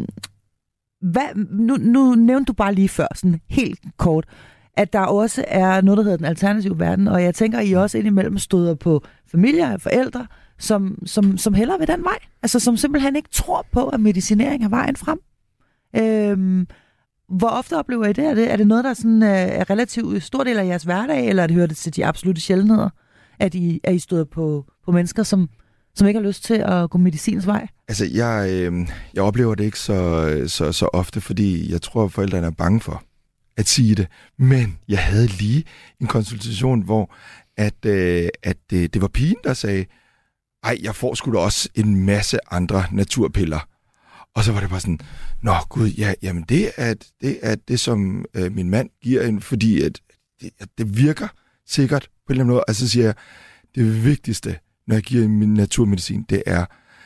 C: hvad, nu, nu nævnte du bare lige før, sådan helt kort, at der også er noget, der hedder den alternative verden, og jeg tænker, I også indimellem støder på familier og forældre, som, som, som hellere vil den vej. Altså, som simpelthen ikke tror på, at medicinering er vejen frem. Øhm, hvor ofte oplever I det? Er det, er det noget, der er sådan, øh, er relativt stor del af jeres hverdag, eller er det hører det til de absolutte sjældenheder, at I, at I støder på, på mennesker, som, som ikke har lyst til at gå medicinens vej?
D: Altså, jeg, øh, jeg oplever det ikke så, så, så ofte, fordi jeg tror, at forældrene er bange for at sige det. Men jeg havde lige en konsultation, hvor at, øh, at det, det var pigen, der sagde, ej, jeg får sgu da også en masse andre naturpiller. Og så var det bare sådan, nå gud, ja, jamen det er det, er det som øh, min mand giver en, fordi at det, at det virker sikkert på en eller anden måde. Altså siger jeg, det vigtigste, når jeg giver min naturmedicin, det er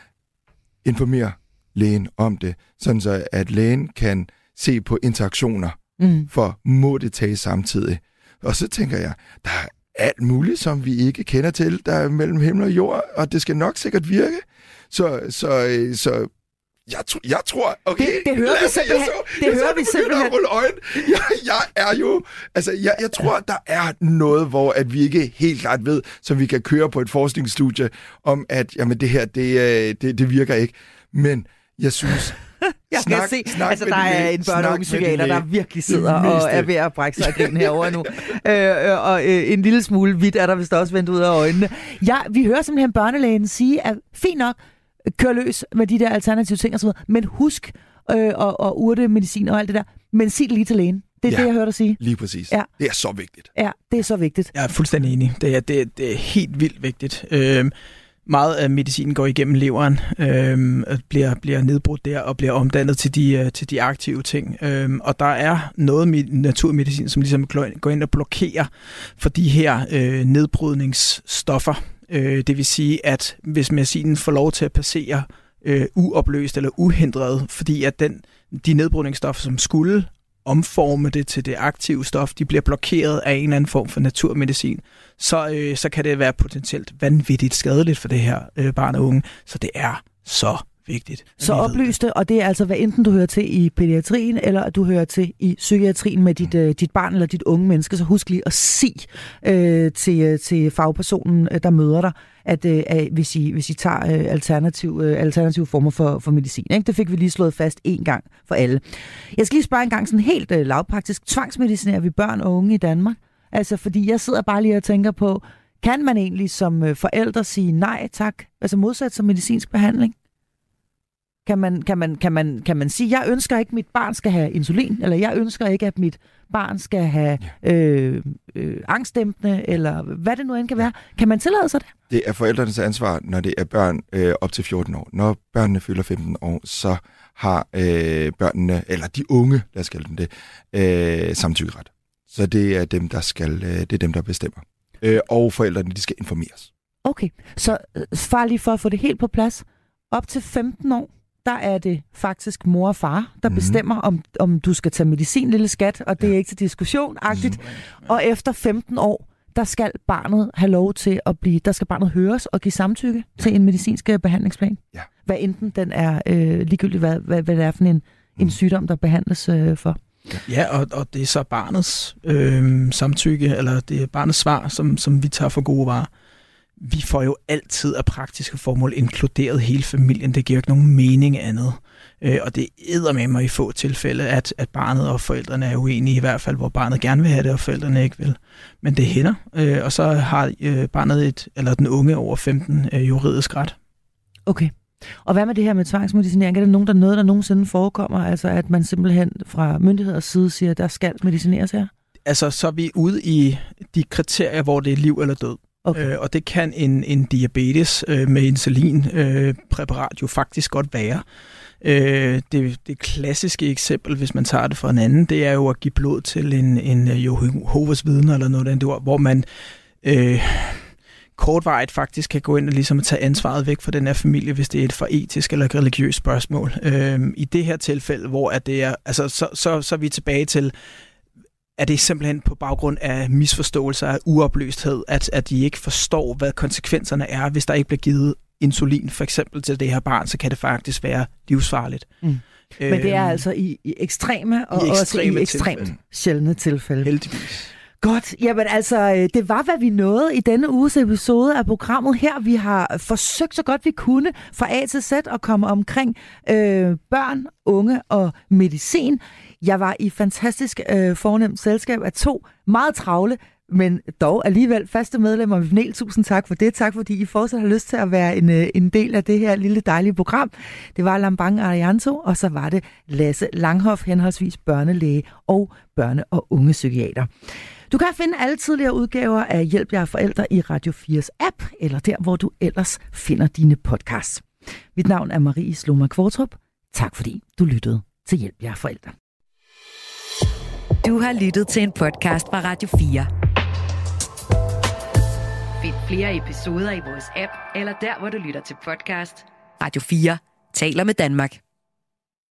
D: informere lægen om det, sådan så at lægen kan se på interaktioner, mm. for må det tage samtidig. Og så tænker jeg, der er alt muligt, som vi ikke kender til, der er mellem himmel og jord, og det skal nok sikkert virke. Så, så, så jeg, tr- jeg tror, okay,
C: det, det hører vi simpelthen. Jeg så, det
D: jeg
C: hører
D: så,
C: vi simpelthen.
D: Jeg, jeg er jo, altså jeg, jeg tror, der er noget, hvor at vi ikke helt klart ved, som vi kan køre på et forskningsstudie, om at jamen, det her, det, det, det virker ikke. Men jeg synes...
C: Jeg snak, kan se, altså der er en børne- og unge psykiater, der virkelig sidder og er ved at brække sig af grinen herovre nu. øh, og øh, en lille smule hvidt er der vist også vendt ud af øjnene. Ja, vi hører simpelthen børnelægen sige, at fint nok, kør løs med de der alternative ting og så videre, men husk øh, og, og urte medicin og alt det der, men sig det lige til lægen. Det er ja, det, jeg hørte dig sige.
D: Lige præcis.
C: Ja.
D: Det er så vigtigt.
C: Ja, det er så vigtigt.
B: Jeg er fuldstændig enig. Det er, det, det er helt vildt vigtigt. Øh, Meget af medicinen går igennem leveren, øh, bliver, bliver nedbrudt der og bliver omdannet til de, til de aktive ting. Øh, og der er noget med naturmedicin, som ligesom går ind og blokerer for de her øh, nedbrydningsstoffer. Øh, det vil sige, at hvis medicinen får lov til at passere øh, uopløst eller uhindret, fordi at den, de nedbrydningsstoffer, som skulle omforme det til det aktive stof, de bliver blokeret af en eller anden form for naturmedicin, så, øh, så kan det være potentielt vanvittigt skadeligt for det her øh, barn og unge. Så det er så vigtigt.
C: Så oplyste, og det er altså, hvad enten du hører til i pædiatrien, eller du hører til i psykiatrien med dit, øh, dit barn eller dit unge menneske, så husk lige at sige øh, til, til fagpersonen, der møder dig, at øh, hvis, I, hvis I tager øh, alternativ, øh, alternative former for, for medicin. Ikke? Det fik vi lige slået fast en gang for alle. Jeg skal lige spørge en gang sådan helt øh, lavpraktisk. Tvangsmedicinerer vi børn og unge i Danmark? Altså, fordi jeg sidder bare lige og tænker på, kan man egentlig som øh, forældre sige nej tak, altså modsat som medicinsk behandling? Kan man, kan, man, kan, man, kan man sige, jeg ønsker ikke, at mit barn skal have insulin, eller jeg ønsker ikke, at mit barn skal have øh, øh, angstdæmpende, eller hvad det nu end kan være. Kan man tillade sig det?
D: Det er forældrenes ansvar, når det er børn øh, op til fjorten år. Når børnene fylder femten år, så har øh, børnene, eller de unge, lad os kalde dem det, øh, samtykkeret. Så det er dem, der skal, øh, det er dem, der bestemmer. Øh, og forældrene, de skal informeres.
C: Okay, så far lige for at få det helt på plads. Op til femten år, der er det faktisk mor og far, der mm. bestemmer, om, om du skal tage medicin, lille skat, og det ja. er ikke til diskussion-agtigt. Mm. Og efter femten år, der skal barnet have lov til at blive, der skal barnet høres og give samtykke ja. til en medicinsk behandlingsplan. Ja. Hvad enten den er øh, ligegyldigt, hvad, hvad, hvad det er for en, mm. en sygdom, der behandles øh, for.
B: Ja, og, og det er så barnets øh, samtykke, eller det er barnets svar, som, som vi tager for gode varer. Vi får jo altid af praktiske formål inkluderet hele familien. Det giver jo ikke nogen mening andet. Øh, og det eddermame mig i få tilfælde, at, at barnet og forældrene er uenige, i hvert fald, hvor barnet gerne vil have det, og forældrene ikke vil. Men det hænder, øh, og så har øh, barnet et, eller den unge over femten øh, juridisk ret.
C: Okay. Og hvad med det her med tvangsmedicinering? Er det nogen, der noget, der nogensinde forekommer? Altså at man simpelthen fra myndigheders side siger, at der skal medicineres her?
B: Altså, så er vi ude i de kriterier, hvor det er liv eller død. Okay. Øh, og det kan en, en diabetes øh, med insulinpræparat øh, jo faktisk godt være. Øh, det, det klassiske eksempel, hvis man tager det fra en anden, det er jo at give blod til en, en Jehovas vidner eller noget af det, hvor man øh, kortvarigt faktisk kan gå ind og ligesom tage ansvaret væk fra den her familie, hvis det er et for etisk eller religiøst spørgsmål. Øh, I det her tilfælde, hvor at det er, altså, så, så, så er vi tilbage til, er det simpelthen på baggrund af misforståelser af uopløsthed, at, at de ikke forstår, hvad konsekvenserne er, hvis der ikke bliver givet insulin, for eksempel til det her barn, så kan det faktisk være livsfarligt. Mm.
C: Men det er øhm, altså i, i ekstreme og i ekstreme også i ekstremt tilfælde. sjældne tilfælde.
B: Heldigvis.
C: Godt. Jamen altså, det var, hvad vi nåede i denne uges episode af programmet her. Vi har forsøgt så godt vi kunne fra A til Z at komme omkring øh, børn, unge og medicin. Jeg var i fantastisk øh, fornemt selskab af to meget travle, men dog alligevel faste medlemmer af panel. Tusind tak for det. Tak fordi I fortsat har lyst til at være en, en del af det her lille dejlige program. Det var Lambang Arianto, og så var det Lasse Langhoff, henholdsvis børnelæge og børne- og ungepsykiater. Du kan finde alle tidligere udgaver af Hjælp jer forældre i Radio fires app, eller der, hvor du ellers finder dine podcasts. Mit navn er Marie Sloma Kvartrup. Tak fordi du lyttede til Hjælp jer forældre.
A: Du har lyttet til en podcast fra Radio fire. Find flere episoder i vores app, eller der, hvor du lytter til podcast. Radio fire taler med Danmark.